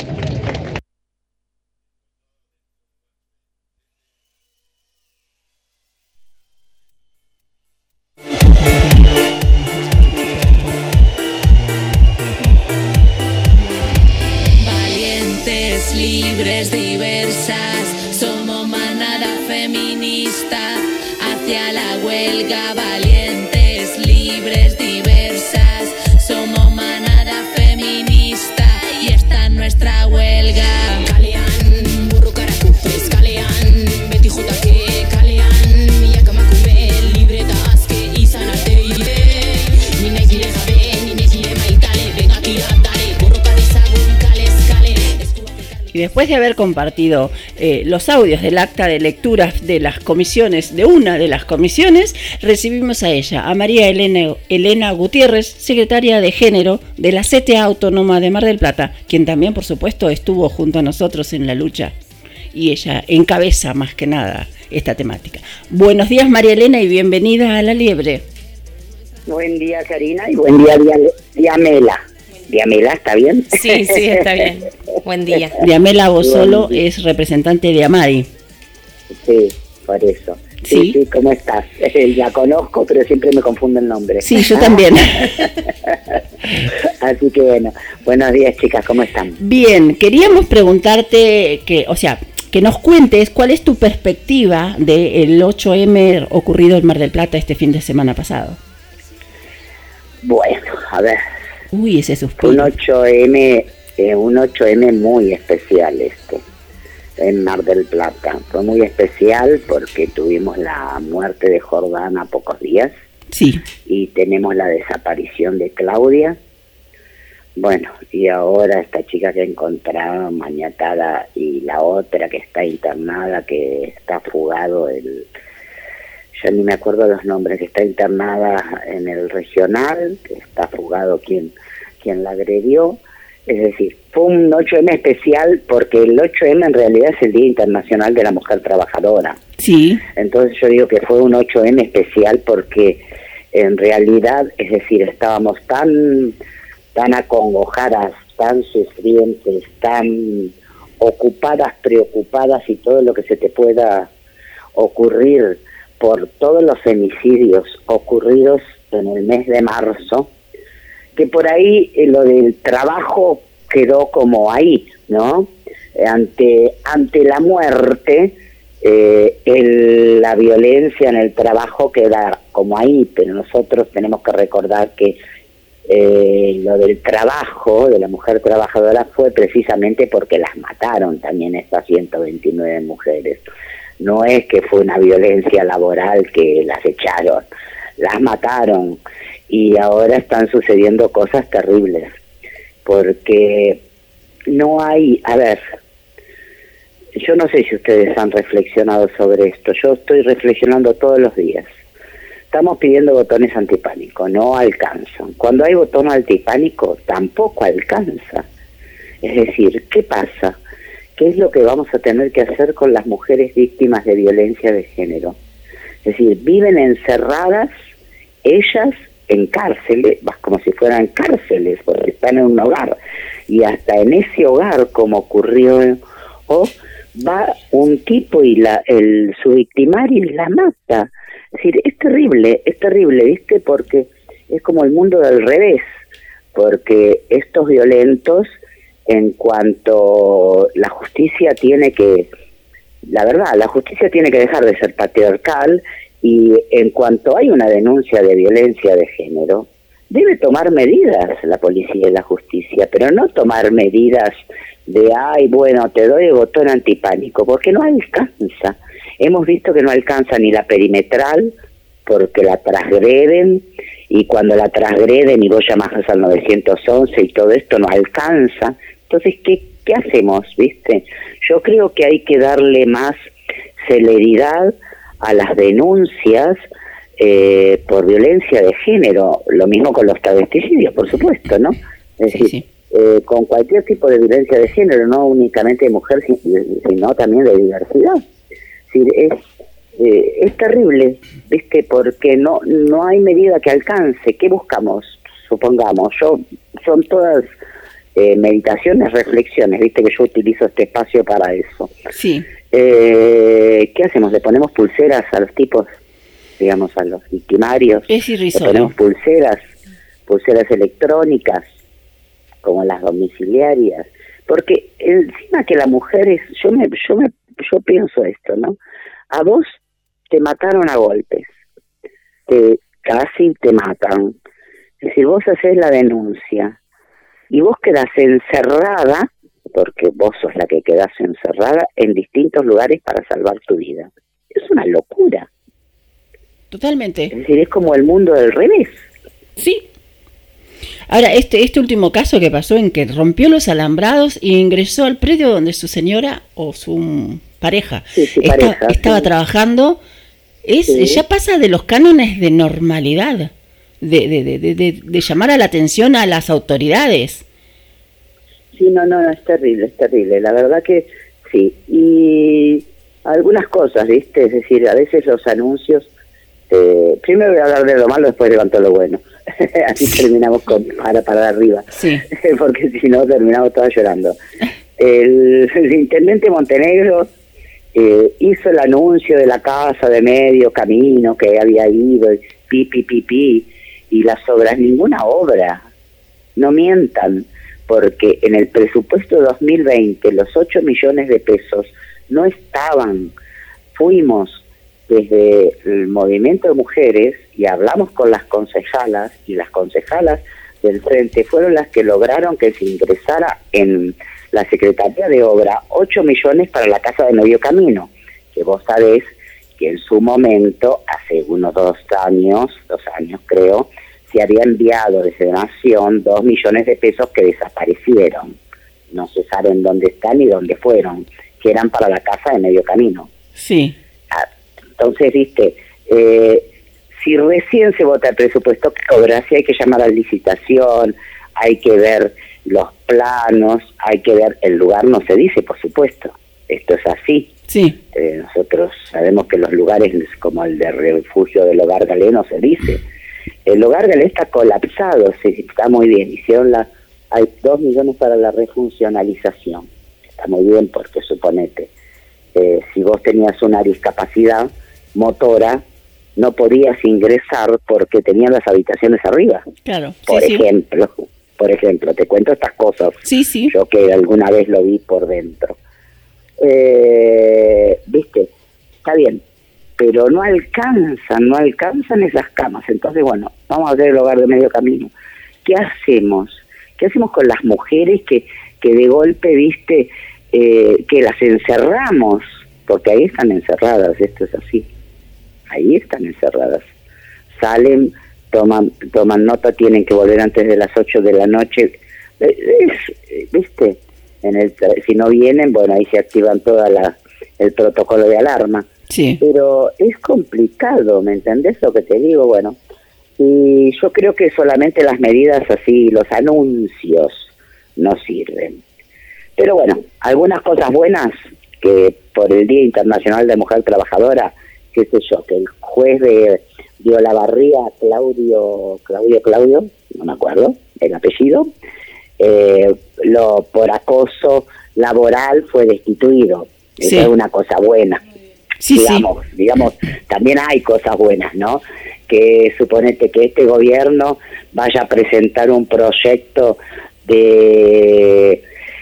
Valientes, libres, diversas, somos manada feminista hacia la huelga. Valientes, libres, diversas, somos manada feminista y esta es nuestra huelga. Kalean, burro karakufes, kalean, beti jutake, kalean, yakamakume, libretas que izan arte, Y después de haber compartido eh, los audios del acta de lectura de las comisiones, de una de las comisiones, recibimos a ella, a María Elena, Elena Gutiérrez, secretaria de Género de la C T A Autónoma de Mar del Plata, quien también, por supuesto, estuvo junto a nosotros en la lucha. Y ella encabeza más que nada esta temática. Buenos días, María Elena, y bienvenida a La Liebre. Buen día, Karina, y buen día, Dia- Diamela. Diamela, ¿está bien? Sí, sí, está bien. Buen día. Diamela Bosolo es representante de Amadi. Sí, por eso. Sí, sí, sí, ¿cómo estás? La conozco, pero siempre me confundo el nombre. Sí, yo también. Así que bueno, buenos días, chicas, ¿cómo están? Bien, queríamos preguntarte, que, o sea, que nos cuentes cuál es tu perspectiva del ocho eme ocurrido en Mar del Plata este fin de semana pasado. Bueno, a ver. Uy, ese suspiro. Un ocho eme, eh, un ocho eme muy especial este, en Mar del Plata. Fue muy especial porque tuvimos la muerte de Jordana a pocos días. Sí. Y tenemos la desaparición de Claudia. Bueno, y ahora esta chica que encontraron maniatada y la otra que está internada, que está fugado el... Yo ni me acuerdo los nombres, que está internada en el regional, que está fugado quien, quien la agredió. Es decir, fue un ocho eme especial porque el ocho eme en realidad es el Día Internacional de la Mujer Trabajadora. Sí. Entonces yo digo que fue un ocho eme especial porque en realidad, es decir, estábamos tan, tan acongojadas, tan sufrientes, tan ocupadas, preocupadas y todo lo que se te pueda ocurrir por todos los femicidios ocurridos en el mes de marzo, que por ahí eh, lo del trabajo quedó como ahí, ¿no? Ante, ante la muerte, eh, el, la violencia en el trabajo queda como ahí, pero nosotros tenemos que recordar que eh, lo del trabajo, de la mujer trabajadora, fue precisamente porque las mataron también estas ciento veintinueve mujeres. No es que fue una violencia laboral que las echaron, las mataron y ahora están sucediendo cosas terribles, porque no hay, a ver, yo no sé si ustedes han reflexionado sobre esto, yo estoy reflexionando todos los días. Estamos pidiendo botones antipánico, no alcanzan. Cuando hay botón antipánico tampoco alcanza. Es decir, ¿qué pasa? ¿Qué es lo que vamos a tener que hacer con las mujeres víctimas de violencia de género? Es decir, viven encerradas ellas en cárceles, como si fueran cárceles, porque están en un hogar. Y hasta en ese hogar, como ocurrió, oh, va un tipo y la, el, su victimario y la mata. Es decir, es terrible, es terrible, ¿viste? Porque es como el mundo del revés, porque estos violentos, en cuanto la justicia tiene que, la verdad, la justicia tiene que dejar de ser patriarcal y en cuanto hay una denuncia de violencia de género, debe tomar medidas la policía y la justicia, pero no tomar medidas de, ay, bueno, te doy el botón antipánico, porque no alcanza. Hemos visto que no alcanza ni la perimetral, porque la transgreden, y cuando la transgreden y vos llamás al nueve once y todo esto no alcanza. Entonces, ¿qué, qué hacemos, viste? Yo creo que hay que darle más celeridad a las denuncias eh, por violencia de género, lo mismo con los travesticidios, por supuesto, ¿no? Es decir, sí, sí. Eh, con cualquier tipo de violencia de género, no únicamente de mujer, sino también de diversidad. Es decir, es, eh, es terrible, viste, porque no, no hay medida que alcance. ¿Qué buscamos? Supongamos, yo son todas eh, meditaciones, reflexiones, viste que yo utilizo este espacio para eso. Sí. Eh, ¿Qué hacemos? ¿Le ponemos pulseras a los tipos, digamos, a los victimarios? Es irrisorio. ¿Le ponemos pulseras, pulseras electrónicas, como las domiciliarias? Porque encima que la mujer es, yo me, yo me, yo pienso esto, ¿no? A vos te mataron a golpes, te casi te matan. Es decir, vos haces la denuncia y vos quedás encerrada, porque vos sos la que quedás encerrada en distintos lugares para salvar tu vida. Es una locura. Totalmente. Es decir, es como el mundo del revés. Sí. Ahora, este, este último caso que pasó en que rompió los alambrados y ingresó al predio donde su señora o su pareja, Sí, sí, está- pareja, estaba sí. trabajando, es Sí. ya pasa de los cánones de normalidad, de, de, de, de, de- de llamar a la atención a las autoridades. Sí, no, no, no, es terrible, es terrible. La verdad que sí. Y algunas cosas, ¿viste? Es decir, a veces los anuncios... eh, primero voy a hablar de lo malo, después levanto lo bueno. Así terminamos con para para arriba. Sí. Porque si no, terminamos todas llorando. El, el intendente Montenegro eh, hizo el anuncio de la casa de medio camino que había ido, y pi, pi, pi, pi, y las obras, ninguna obra. No mientan, porque en el presupuesto dos mil veinte los ocho millones de pesos no estaban. Fuimos desde el movimiento de mujeres y hablamos con las concejalas, y las concejalas del frente fueron las que lograron que se ingresara en la Secretaría de Obra ocho millones para la casa de medio camino, que vos sabés que en su momento, hace unos dos años, dos años creo, se había enviado desde Nación dos millones de pesos que desaparecieron. No se saben dónde están ni dónde fueron, que eran para la casa de medio camino. Sí. Entonces, viste, eh, si recién se vota el presupuesto que obra, sí hay que llamar a licitación, hay que ver los planos, hay que ver el lugar, no se dice, por supuesto, esto es así. Sí. Eh, nosotros sabemos que los lugares como el de refugio del Hogar Galé no se dice. El Hogar Galé está colapsado, sí, está muy bien, hicieron la, hay dos millones para la refuncionalización, está muy bien porque suponete, eh, si vos tenías una discapacidad motora, no podías ingresar porque tenían las habitaciones arriba. Claro. Por sí, ejemplo, por ejemplo, te cuento estas cosas. Sí, sí. Yo que alguna vez lo vi por dentro. Eh, Viste, está bien, pero no alcanzan, no alcanzan esas camas. Entonces, bueno, vamos a hacer el hogar de medio camino. ¿Qué hacemos? ¿Qué hacemos con las mujeres que, que de golpe, viste, eh, que las encerramos? Porque ahí están encerradas, esto es así. Ahí están encerradas. Salen, toman toman nota, tienen que volver antes de las ocho de la noche. Es, ¿viste? En el, si no vienen, bueno, ahí se activan toda la el protocolo de alarma. Sí. Pero es complicado, ¿me entendés lo que te digo? Bueno, y yo creo que solamente las medidas así, los anuncios, no sirven. Pero bueno, algunas cosas buenas, que por el Día Internacional de Mujer Trabajadora, qué sé yo, que el juez de, de Olavarría, Claudio, Claudio, Claudio, no me acuerdo el apellido, eh, lo por acoso laboral fue destituido. Sí. Eso es una cosa buena. Sí, digamos, sí. digamos, también hay cosas buenas, ¿no? Que suponete que este gobierno vaya a presentar un proyecto de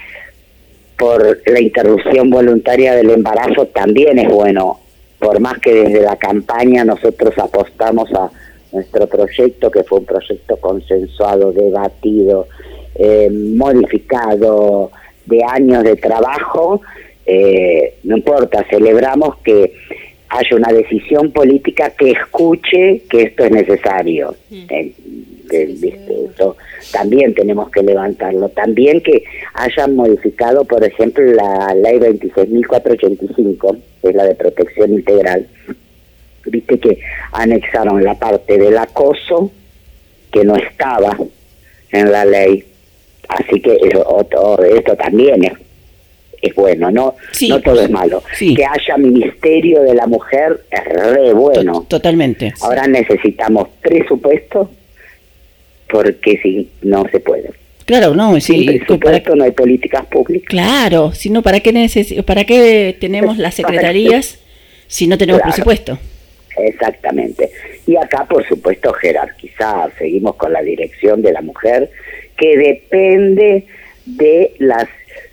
por la interrupción voluntaria del embarazo, también es bueno, por más que desde la campaña nosotros apostamos a nuestro proyecto, que fue un proyecto consensuado, debatido, eh, modificado, de años de trabajo. Eh, no importa, celebramos que haya una decisión política que escuche que esto es necesario. Eh, eh, ¿viste? Eso también tenemos que levantarlo. También que hayan modificado, por ejemplo, la ley veintiséis mil cuatrocientos ochenta y cinco, que es la de protección integral. Viste que anexaron la parte del acoso que no estaba en la ley. Así que eso, otro, esto también es es bueno, no Sí. no todo es malo. Sí. Que haya ministerio de la mujer es re bueno. Totalmente. Ahora necesitamos presupuesto, porque si no se puede. Claro, no, Sin sí, presupuesto no hay políticas públicas. claro, si no, ¿para qué necesi- para qué tenemos las secretarías si no tenemos Claro. presupuesto? Exactamente. Y acá, por supuesto, jerarquizar. Seguimos con la dirección de la mujer, que depende de la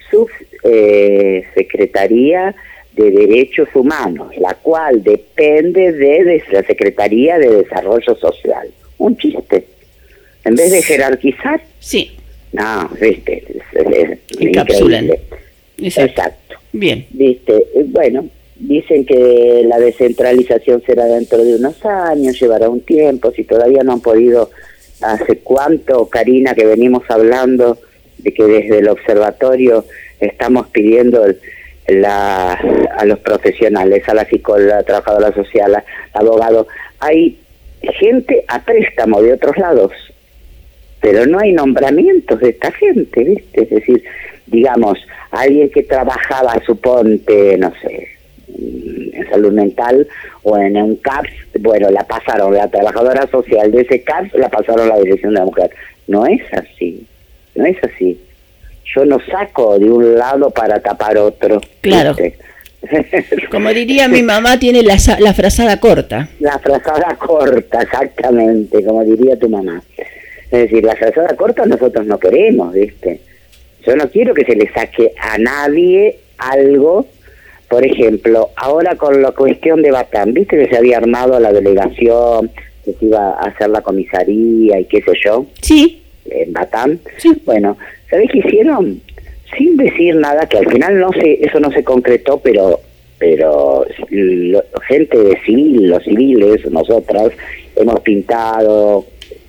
subsecretaría de Derechos Humanos, la cual depende de, de la Secretaría de Desarrollo Social. Un chiste. En vez de jerarquizar, sí. no, viste, es, es Encapsulan. increíble. Exacto. Exacto. Bien. Viste, eh, bueno, dicen que la descentralización será dentro de unos años, llevará un tiempo, si todavía no han podido hace cuánto, Karina, que venimos hablando de que desde el observatorio estamos pidiendo el, la, a los profesionales, a la psicóloga, a la trabajadora social, al abogado, hay gente a préstamo de otros lados, pero no hay nombramientos de esta gente, ¿viste? Es decir, digamos, alguien que trabajaba, suponte, no sé, en salud mental o en un C A P S, bueno, la pasaron, la trabajadora social de ese C A P S la pasaron a la dirección de la mujer. No es así, no es así. Yo no saco de un lado para tapar otro. Claro. ¿Viste? Como diría mi mamá, tiene la, la frazada corta. La frazada corta, exactamente, como diría tu mamá. Es decir, la frazada corta nosotros no queremos, ¿viste? Yo no quiero que se le saque a nadie algo. Por ejemplo, ahora con la cuestión de Batán, ¿viste que se había armado la delegación, que se iba a hacer la comisaría y qué sé yo? Sí. En Batán. Sí. Bueno, ¿sabés qué hicieron? Sin decir nada, que al final no se, eso no se concretó, pero pero lo, gente de civil, los civiles, nosotras, hemos pintado,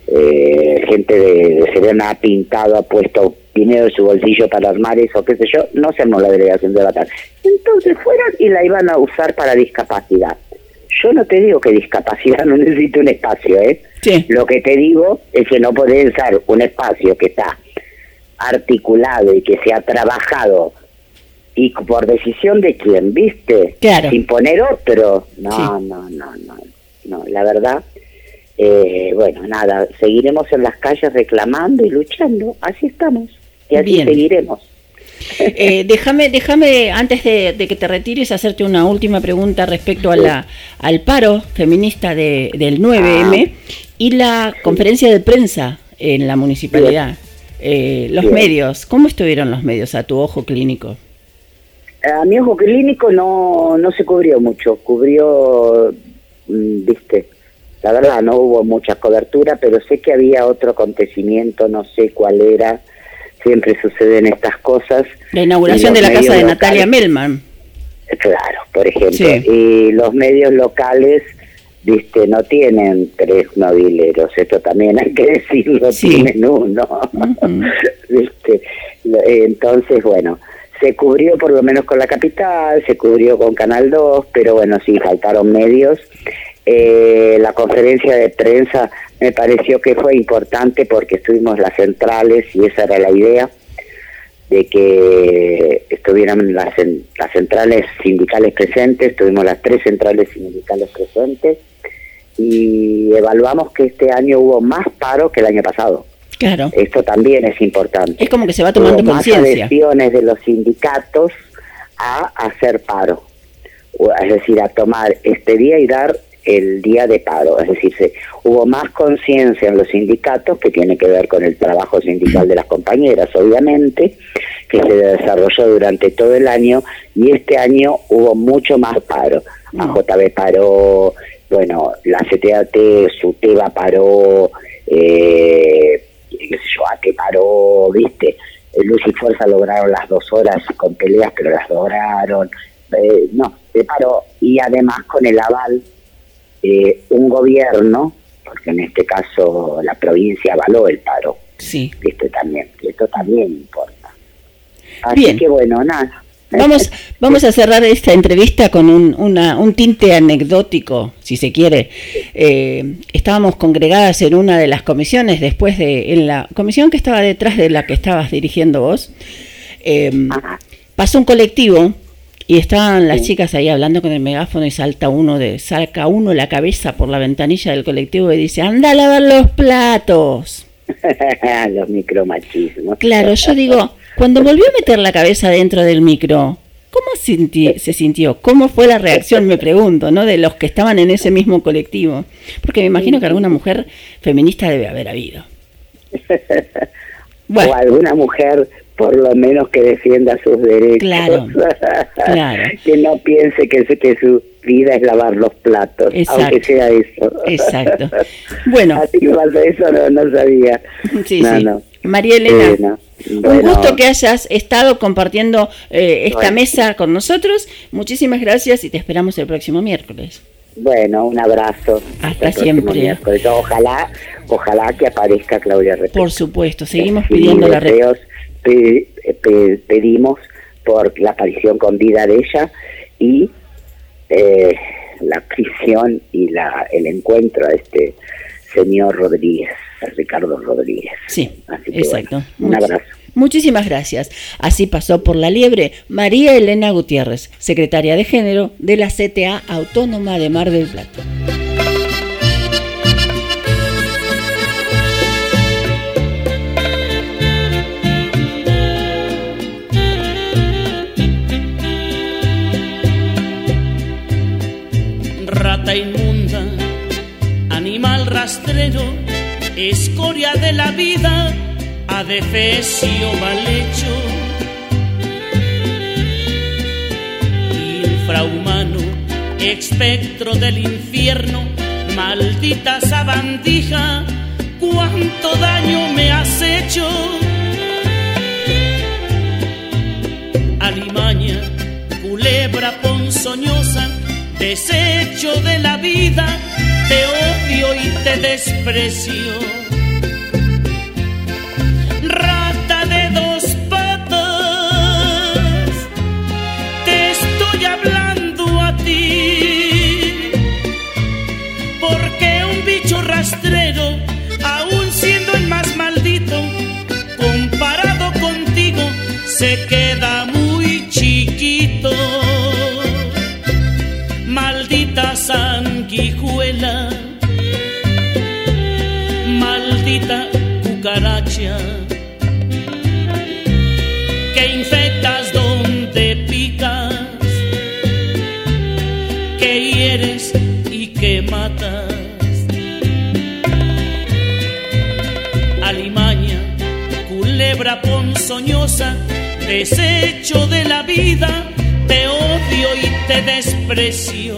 eh, gente de, de Serena ha pintado, ha puesto dinero en su bolsillo para armar eso, qué sé yo, no hacemos la delegación de Batán. Entonces fueron y la iban a usar para discapacidad. Yo no te digo que discapacidad no necesite un espacio, ¿eh? Sí. Lo que te digo es que no podés usar un espacio que está articulado y que se ha trabajado y por decisión de quién, ¿viste? Claro. Sin poner otro. No, sí. no, no, no, no, la verdad, eh, bueno, nada, seguiremos en las calles reclamando y luchando, así estamos, y así Bien. seguiremos. Eh, déjame, déjame antes de, de que te retires, hacerte una última pregunta respecto a la, al paro feminista de, del nueve eme ah. y la sí. conferencia de prensa en la municipalidad. Eh, los Bien. medios, ¿cómo estuvieron los medios a tu ojo clínico? A mi ojo clínico no, no se cubrió mucho, cubrió, viste, la verdad no hubo mucha cobertura, pero sé que había otro acontecimiento, no sé cuál era, siempre suceden estas cosas. La inauguración de la casa de locales, Natalia Melman. Claro, por ejemplo, sí. y los medios locales, viste, no tienen tres novileros, esto también hay que decirlo, sí. tienen uno, uh-huh. viste, entonces bueno, se cubrió por lo menos con La Capital, se cubrió con Canal dos, pero bueno, sí, faltaron medios. Eh, la conferencia de prensa me pareció que fue importante porque estuvimos las centrales y esa era la idea, de que estuvieran las, las centrales sindicales presentes, tuvimos las tres centrales sindicales presentes y evaluamos que este año hubo más paro que el año pasado. Claro. Esto también es importante. Es como que se va tomando conciencia. Más adhesiones de los sindicatos a hacer paro, es decir, a tomar este día y dar el día de paro, es decir, se, hubo más conciencia en los sindicatos, que tiene que ver con el trabajo sindical de las compañeras, obviamente, que se desarrolló durante todo el año, y este año hubo mucho más paro. A J B paró, bueno, la C T A T, SUTEBA paró, eh, qué sé yo, A T paró, viste, Luz y Fuerza lograron las dos horas con peleas, pero las lograron, eh, no, se paró, y además con el aval Eh, un gobierno, porque en este caso la provincia avaló el paro, sí, esto también, esto también importa. Así Bien. que bueno, nada. Vamos, vamos a cerrar esta entrevista con un, una, un tinte anecdótico, si se quiere. Eh, estábamos congregadas en una de las comisiones, después de, en la comisión que estaba detrás de la que estabas dirigiendo vos, eh, pasó un colectivo. Y estaban las sí. chicas ahí hablando con el megáfono y salta uno de saca uno la cabeza por la ventanilla del colectivo y dice, anda a lavar los platos. Los micromachismos. Claro, yo digo, cuando volvió a meter la cabeza dentro del micro, ¿cómo sinti- se sintió? ¿Cómo fue la reacción, me pregunto, ¿no? de los que estaban en ese mismo colectivo? Porque me imagino que alguna mujer feminista debe haber habido. Bueno. O alguna mujer por lo menos que defienda sus derechos. Claro, claro. Que no piense que, que su vida es lavar los platos, Exacto. aunque sea eso. Exacto. Bueno. Así que más de eso no, no sabía. Sí, no, sí. No. María Elena, eh, no. un bueno. gusto que hayas estado compartiendo eh, esta bueno. mesa con nosotros. Muchísimas gracias y te esperamos el próximo miércoles. Bueno, un abrazo. Hasta el próximo siempre. miércoles. Ojalá, ojalá que aparezca Claudia Repeto. Por supuesto, seguimos Sí, pidiendo la re- deseos, pe- pe- pedimos por la aparición con vida de ella y eh, la prisión y la el encuentro a este señor Rodríguez, a Ricardo Rodríguez. Sí, Así que exacto. bueno, un abrazo. Muchísimas gracias. Así pasó por la liebre María Elena Gutiérrez, secretaria de Género de la C T A Autónoma de Mar del Plata. Rata inmunda, animal rastrero, escoria de la vida, adefesio mal hecho, infrahumano, espectro del infierno, maldita sabandija, cuánto daño me has hecho. Alimaña, culebra ponzoñosa, desecho de la vida, te odio y te desprecio. Rata de dos patas, te estoy hablando a ti, porque un bicho rastrero, aun siendo el más maldito, comparado contigo, se queda muy chiquito. Maldita sanguijuela, maldita cucaracha, que infectas donde picas, que hieres y que matas. Alimaña, culebra ponzoñosa, desecho de la vida, te odio y te desprecio.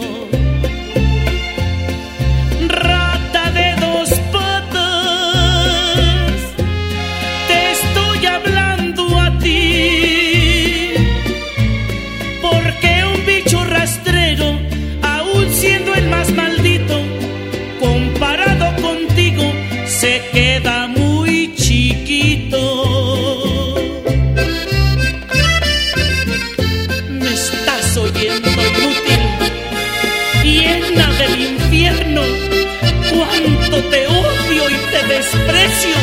Rata de dos patas, te estoy hablando a ti, porque un bicho rastrero, aun siendo el más maldito, comparado contigo, se queda muy chiquito. Oyendo inútil, llena del infierno, cuánto te odio y te desprecio.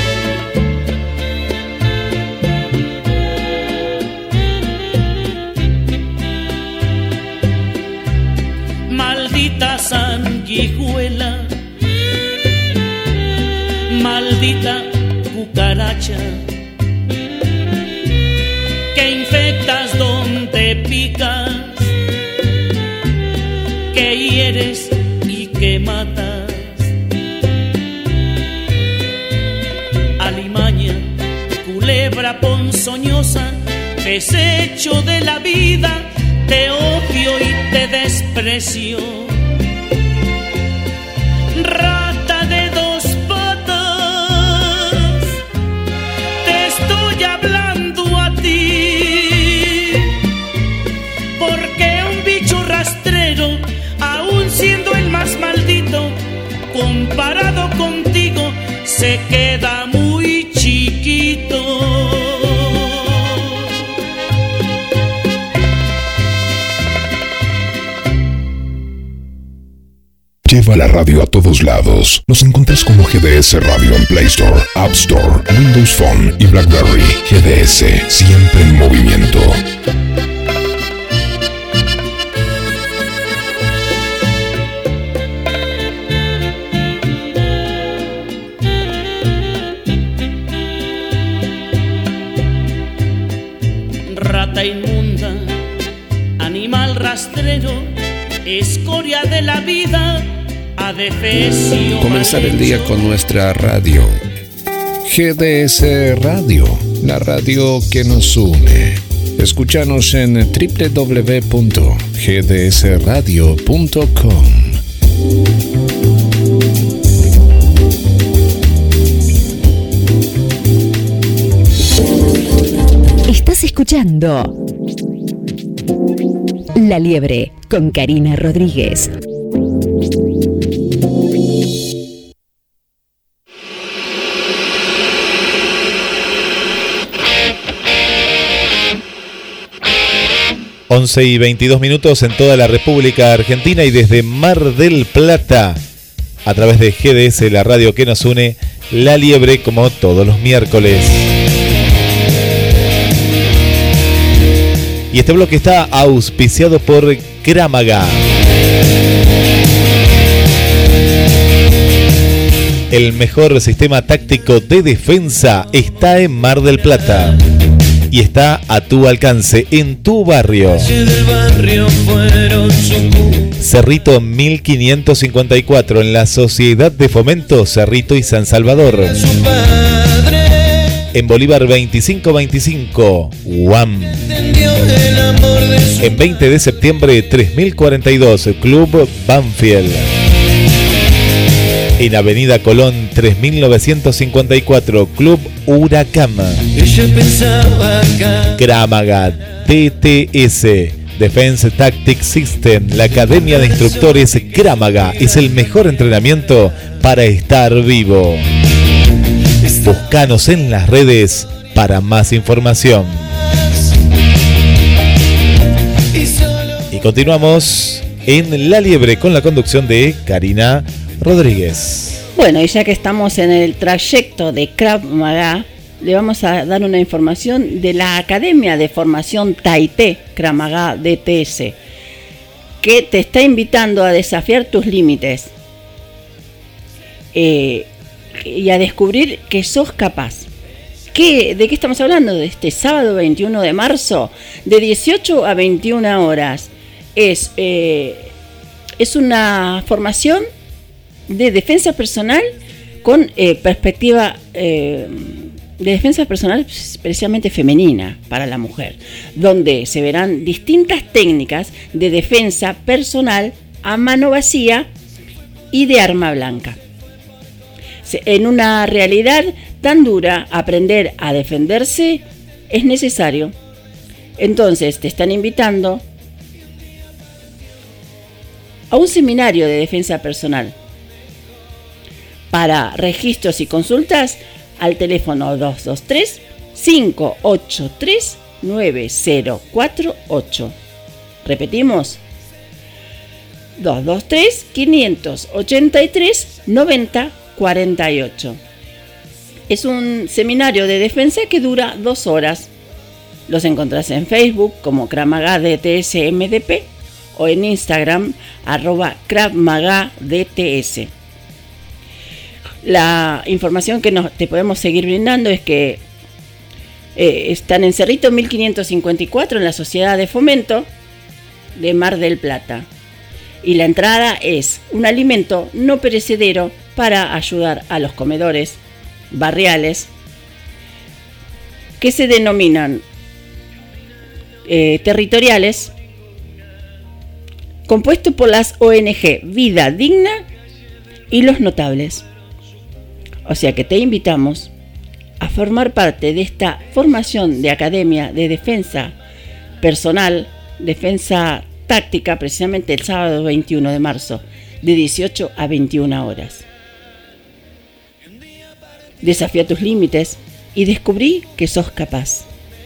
Maldita sanguijuela, maldita cucaracha, que infectas donde picas, que hieres y que matas. Alimaña, culebra ponzoñosa, desecho de la vida, te odio y te desprecio. Rata de dos patas, te estoy hablando a ti, porque un bicho rastrero, aun siendo el más maldito, comparado contigo, se queda muy chiquito. Lleva la radio a todos lados. Nos encuentras como G D S Radio en Play Store, App Store, Windows Phone y BlackBerry. G D S, siempre en movimiento. Rata inmunda, animal rastrero, escoria de la vida, adefesio. Comenzar el día con nuestra radio. G D S Radio, la radio que nos une. Escúchanos en doble u doble u doble u punto g d s radio punto com. Estás escuchando La Liebre con Karina Rodríguez. once y veintidós minutos en toda la República Argentina y desde Mar del Plata, a través de G D S, la radio que nos une, La Liebre, como todos los miércoles. Y este bloque está auspiciado por Kramaga. El mejor sistema táctico de defensa está en Mar del Plata y está a tu alcance en tu barrio. Cerrito mil quinientos cincuenta y cuatro en la Sociedad de Fomento Cerrito y San Salvador. En Bolívar veinticinco veinticinco, U A M. En veinte de septiembre tres mil cuarenta y dos, Club Banfield. En Avenida Colón tres mil novecientos cincuenta y cuatro, Club Huracán. Kramaga T T S, Defense Tactic System, la Academia de Instructores Kramaga es el mejor entrenamiento para estar vivo. Búscanos en las redes para más información. Y continuamos en La Liebre con la conducción de Karina Rodríguez. Bueno, y ya que estamos en el trayecto de Krav Maga, le vamos a dar una información de la Academia de Formación Taité Krav Maga D T S, que te está invitando a desafiar tus límites eh, y a descubrir que sos capaz. ¿Qué, ¿De qué estamos hablando? De este sábado veintiuno de marzo, de dieciocho a veintiuna horas. Es, eh, es una formación de defensa personal con eh, perspectiva eh, de defensa personal precisamente femenina para la mujer, donde se verán distintas técnicas de defensa personal a mano vacía y de arma blanca. En una realidad tan dura, aprender a defenderse es necesario. Entonces te están invitando a un seminario de defensa personal. Para registros y consultas, al teléfono dos dos tres, cinco ocho tres, nueve cero cuatro ocho. Repetimos, dos dos tres, cinco ocho tres, nueve cero cuatro ocho. Es un seminario de defensa que dura dos horas. Los encontrás en Facebook como Krav Maga D T S M D P o en Instagram arroba Krav Maga D T S. La información que nos, te podemos seguir brindando es que eh, están en Cerrito mil quinientos cincuenta y cuatro en la Sociedad de Fomento de Mar del Plata. Y la entrada es un alimento no perecedero para ayudar a los comedores barriales que se denominan eh, territoriales, compuesto por las O N G Vida Digna y Los Notables. O sea que te invitamos a formar parte de esta formación de Academia de Defensa Personal, Defensa Táctica, precisamente el sábado veintiuno de marzo, de dieciocho a veintiuna horas. Desafía tus límites y descubrí que sos capaz.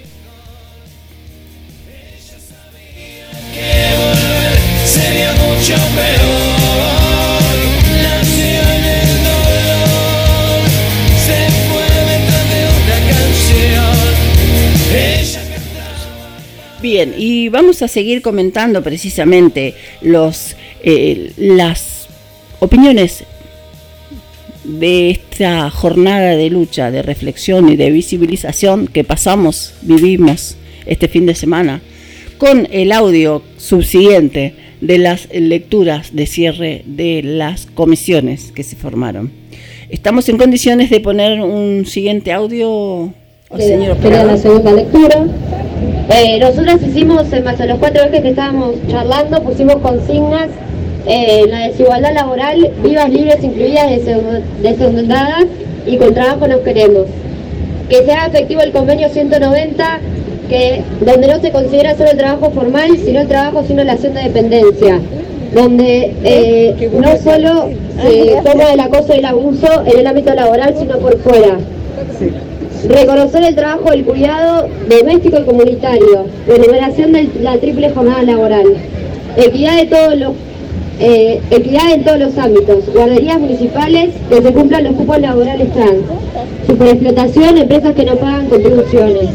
Sería mucho peor. Nació en el dolor, se fue detrás de una canción. Ella Bien, y vamos a seguir comentando precisamente los eh, las opiniones de esta jornada de lucha, de reflexión y de visibilización que pasamos, vivimos este fin de semana, con el audio subsiguiente de las lecturas de cierre de las comisiones que se formaron. ¿Estamos en condiciones de poner un siguiente audio, señor Sería la segunda lectura. Eh, nosotros hicimos, en base a los cuatro ejes que estábamos charlando, pusimos consignas. Eh, la desigualdad laboral, vivas, libres, incluidas, deseudadas y con trabajo nos queremos. Que sea efectivo el convenio ciento noventa, que donde no se considera solo el trabajo formal, sino el trabajo sin relación de dependencia. Donde eh, no solo se toma el acoso y el abuso en el ámbito laboral, sino por fuera. Reconocer el trabajo del cuidado doméstico y comunitario, remuneración de la triple jornada laboral, equidad de todos los eh, equidad en todos los ámbitos, guarderías municipales, que se cumplan los cupos laborales trans, superexplotación, empresas que no pagan contribuciones,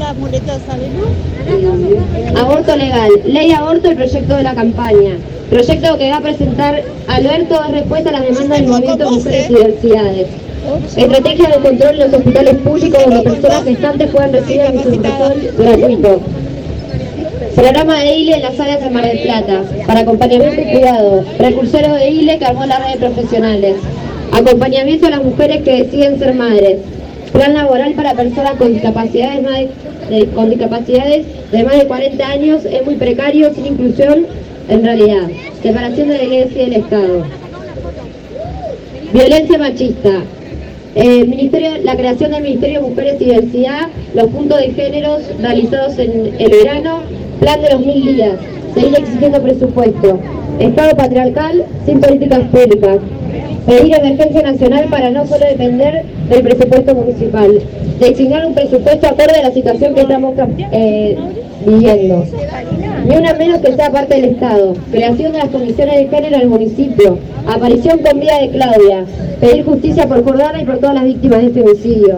aborto legal, ley de aborto, el proyecto de la campaña, proyecto que va a presentar Alberto es respuesta a las demandas del movimiento Mujeres y Diversidades. Estrategia de control en los hospitales públicos donde personas gestantes puedan recibir anticoncepción gratuito. Programa de I L E en las áreas de Mar del Plata, para acompañamiento y cuidado. Precursores de I L E que armó la red de profesionales. Acompañamiento a las mujeres que deciden ser madres. Plan laboral para personas con discapacidades, más de, de, con discapacidades de más de cuarenta años, es muy precario, sin inclusión en realidad. Separación de la Iglesia y del Estado. Violencia machista. El ministerio, la creación del Ministerio de Mujeres y Diversidad, los puntos de géneros realizados en el verano, plan de los mil días, seguir exigiendo presupuesto, Estado patriarcal sin políticas públicas, pedir emergencia nacional para no solo depender del presupuesto municipal, designar un presupuesto acorde a la situación que estamos eh, viviendo. Ni una menos que sea parte del Estado, creación de las comisiones de género en el municipio, aparición con vida de Claudia, pedir justicia por Jordana y por todas las víctimas de este homicidio.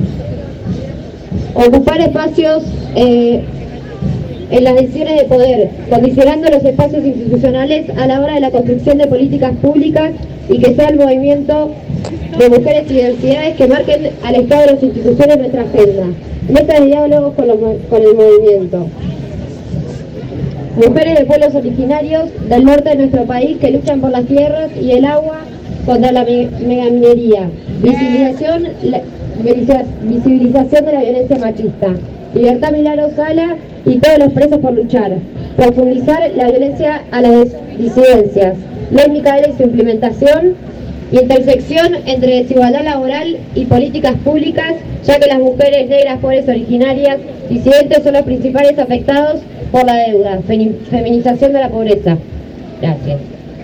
Ocupar espacios eh, en las decisiones de poder, condicionando los espacios institucionales a la hora de la construcción de políticas públicas y que sea el movimiento de mujeres y diversidades que marquen al Estado y las instituciones nuestra agenda. Meta de diálogos con, los, con el movimiento. Mujeres de pueblos originarios del norte de nuestro país que luchan por las tierras y el agua contra la me megaminería. Visibilización, la, visibilización de la violencia machista. Libertad Milagro Sala y todos los presos por luchar. Profundizar la violencia a las disidencias. Ley Micaela y su implementación. Intersección entre desigualdad laboral y políticas públicas, ya que las mujeres negras, pobres, originarias, disidentes son los principales afectados por la deuda. Feminización de la pobreza. Gracias.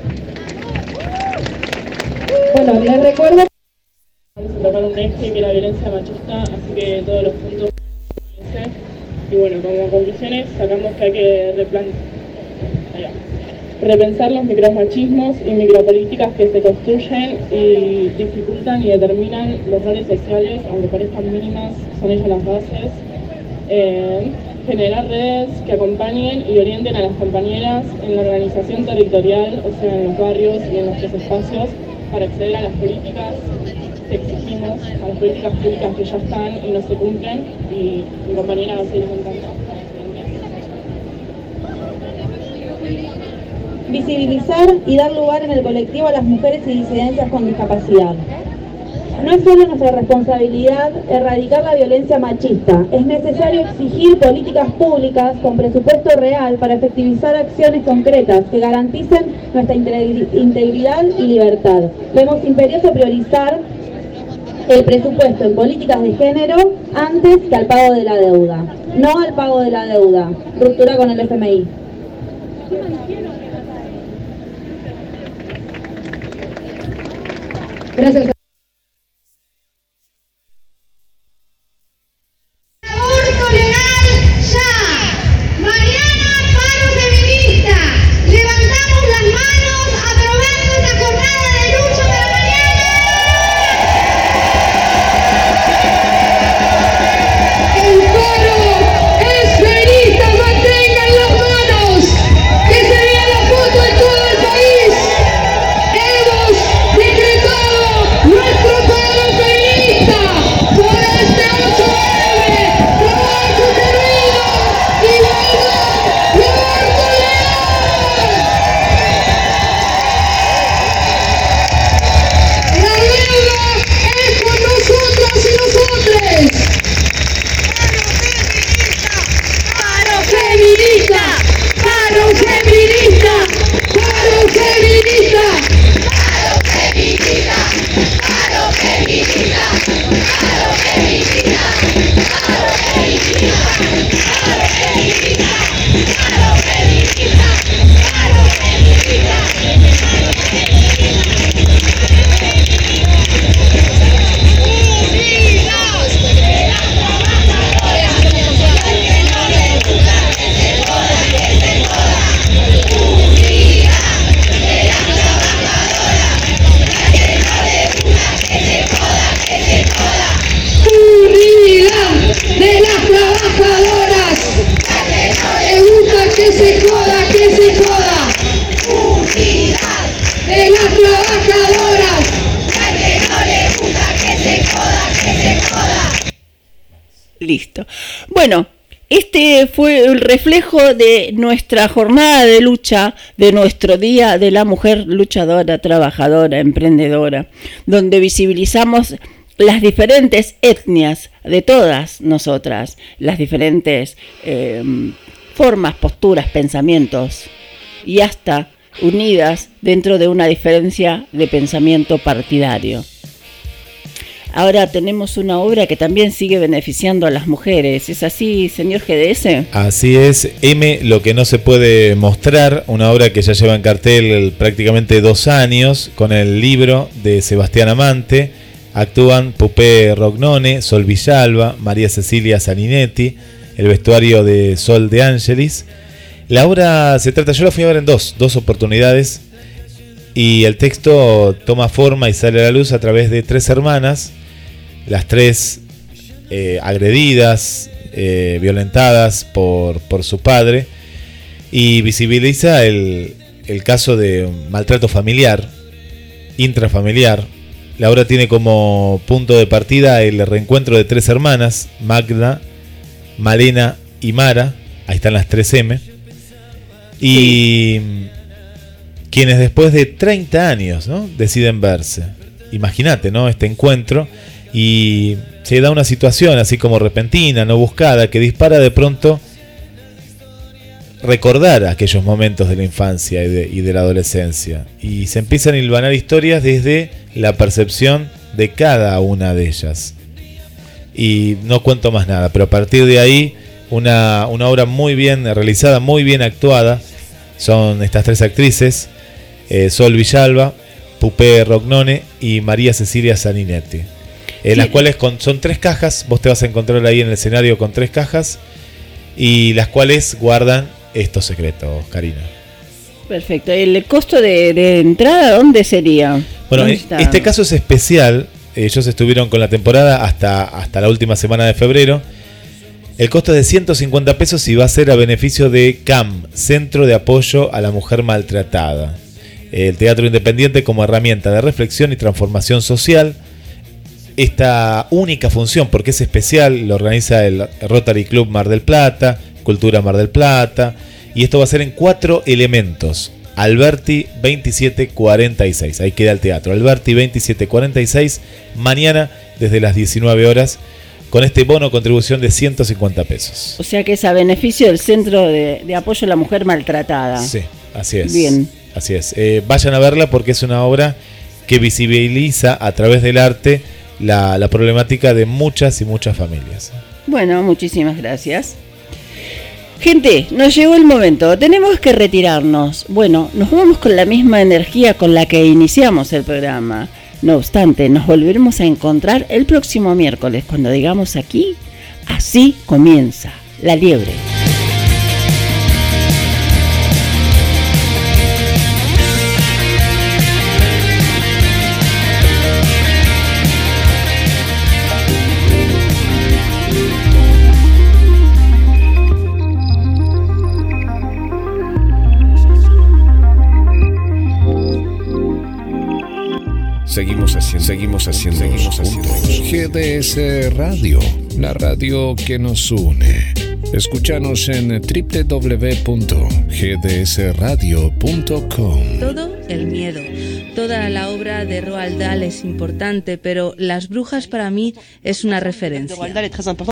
Bueno, les recuerdo vamos a tocar un eje que es la violencia machista, así que todos los puntos. Y bueno, como conclusiones sacamos que hay que replantear. repensar los micromachismos y micropolíticas que se construyen y dificultan y determinan los roles sociales, aunque parezcan mínimas, son ellas las bases. Eh, generar redes que acompañen y orienten a las compañeras en la organización territorial, o sea, en los barrios y en nuestros espacios, para acceder a las políticas que exigimos, a las políticas públicas que ya están y no se cumplen, y mi compañera va a seguir contando. Visibilizar y dar lugar en el colectivo a las mujeres y disidencias con discapacidad. No es solo nuestra responsabilidad erradicar la violencia machista, es necesario exigir políticas públicas con presupuesto real para efectivizar acciones concretas que garanticen nuestra integridad y libertad. Vemos imperioso priorizar el presupuesto en políticas de género antes que al pago de la deuda. No al pago de la deuda. Ruptura con el F M I. Gracias. ¡No! Listo. Bueno, este fue el reflejo de nuestra jornada de lucha, de nuestro Día de la Mujer Luchadora, Trabajadora, Emprendedora, donde visibilizamos las diferentes etnias de todas nosotras, las diferentes eh, formas, posturas, pensamientos, y hasta unidas dentro de una diferencia de pensamiento partidario. Ahora tenemos una obra que también sigue beneficiando a las mujeres. ¿Es así, señor G D S? Así es. M, lo que no se puede mostrar, una obra que ya lleva en cartel prácticamente dos años, con el libro de Sebastián Amante. Actúan Pupé Rognone, Sol Villalba, María Cecilia Saninetti, el vestuario de Sol de Angelis. La obra se trata, yo la fui a ver en dos, dos oportunidades, y el texto toma forma y sale a la luz a través de tres hermanas, las tres eh, agredidas, eh, violentadas por, por su padre, y visibiliza el, el caso de maltrato familiar, intrafamiliar. La obra tiene como punto de partida el reencuentro de tres hermanas, Magda, Malena y Mara, ahí están las tres M, y sí, quienes después de treinta años, ¿no?, deciden verse. Imagínate, ¿no?, este encuentro, y se da una situación así como repentina, no buscada, que dispara de pronto recordar aquellos momentos de la infancia y de, y de la adolescencia, y se empiezan a hilvanar historias desde la percepción de cada una de ellas. Y no cuento más nada, pero a partir de ahí una, una obra muy bien realizada, muy bien actuada. Son estas tres actrices, eh, Sol Villalba, Pupé Rognone y María Cecilia Saninetti, en sí, las cuales con, son tres cajas. Vos te vas a encontrar ahí en el escenario con tres cajas, y las cuales guardan estos secretos, Karina. Perfecto. ¿El costo de, de entrada dónde sería? Bueno, ¿Dónde está? Este caso es especial. Ellos estuvieron con la temporada hasta, hasta la última semana de febrero. El costo es de ciento cincuenta pesos y va a ser a beneficio de C A M, Centro de Apoyo a la Mujer Maltratada. El teatro independiente como herramienta de reflexión y transformación social. Esta única función, porque es especial, lo organiza el Rotary Club Mar del Plata, Cultura Mar del Plata, y esto va a ser en cuatro elementos. Alberti veintisiete cuarenta y seis, ahí queda el teatro, Alberti veintisiete cuarenta y seis, mañana desde las diecinueve horas, con este bono contribución de ciento cincuenta pesos. O sea que es a beneficio del Centro de, de Apoyo a la Mujer Maltratada. Sí, así es. Bien. Así es. Eh, vayan a verla porque es una obra que visibiliza a través del arte la, la problemática de muchas y muchas familias. Bueno, muchísimas gracias. Gente, nos llegó el momento, tenemos que retirarnos. Bueno, nos vamos con la misma energía con la que iniciamos el programa. No obstante, nos volveremos a encontrar el próximo miércoles cuando digamos aquí, así comienza La Liebre. Seguimos haciendo, seguimos haciendo, seguimos haciendo G D S Radio, la radio que nos une. Escúchanos en doble u doble u doble u punto g d s radio punto com. Todo el miedo. Toda la obra de Roald Dahl es importante, pero Las brujas para mí es una referencia.